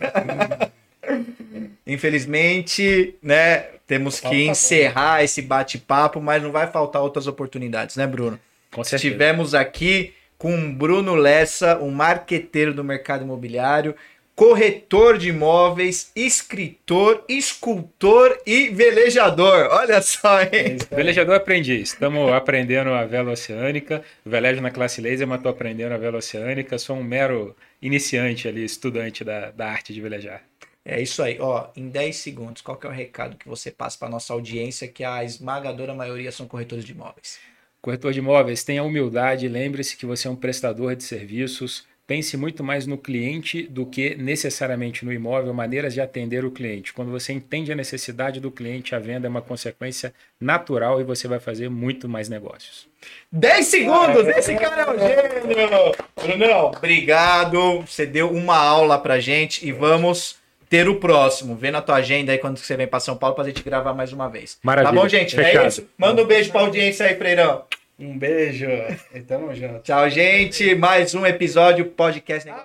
Infelizmente, né, temos que encerrar esse bate-papo, mas não vai faltar outras oportunidades, né, Bruno? Com certeza. Estivemos aqui com Bruno Lessa, um marqueteiro do mercado imobiliário, corretor de imóveis, escritor, escultor e velejador. Olha só, hein? Velejador aprendiz. Estamos aprendendo a vela oceânica. Velejo na classe laser, mas estou aprendendo a vela oceânica. Sou um mero iniciante ali, estudante da, da arte de velejar. É isso aí. Ó, em dez segundos, qual que é o recado que você passa para nossa audiência, que a esmagadora maioria são corretores de imóveis? Corretor de imóveis, tenha humildade, lembre-se que você é um prestador de serviços, pense muito mais no cliente do que necessariamente no imóvel, maneiras de atender o cliente. Quando você entende a necessidade do cliente, a venda é uma consequência natural e você vai fazer muito mais negócios. dez segundos! Esse cara é um gênio! Brunão, obrigado. Você deu uma aula pra gente e vamos ter o próximo. Vê na tua agenda aí quando você vem para São Paulo pra gente gravar mais uma vez. Maravilha. Tá bom, gente? Fechado. É isso? Manda um beijo pra audiência aí, Freirão. Um beijo. E tamo junto. Tchau, gente. Mais um episódio podcast.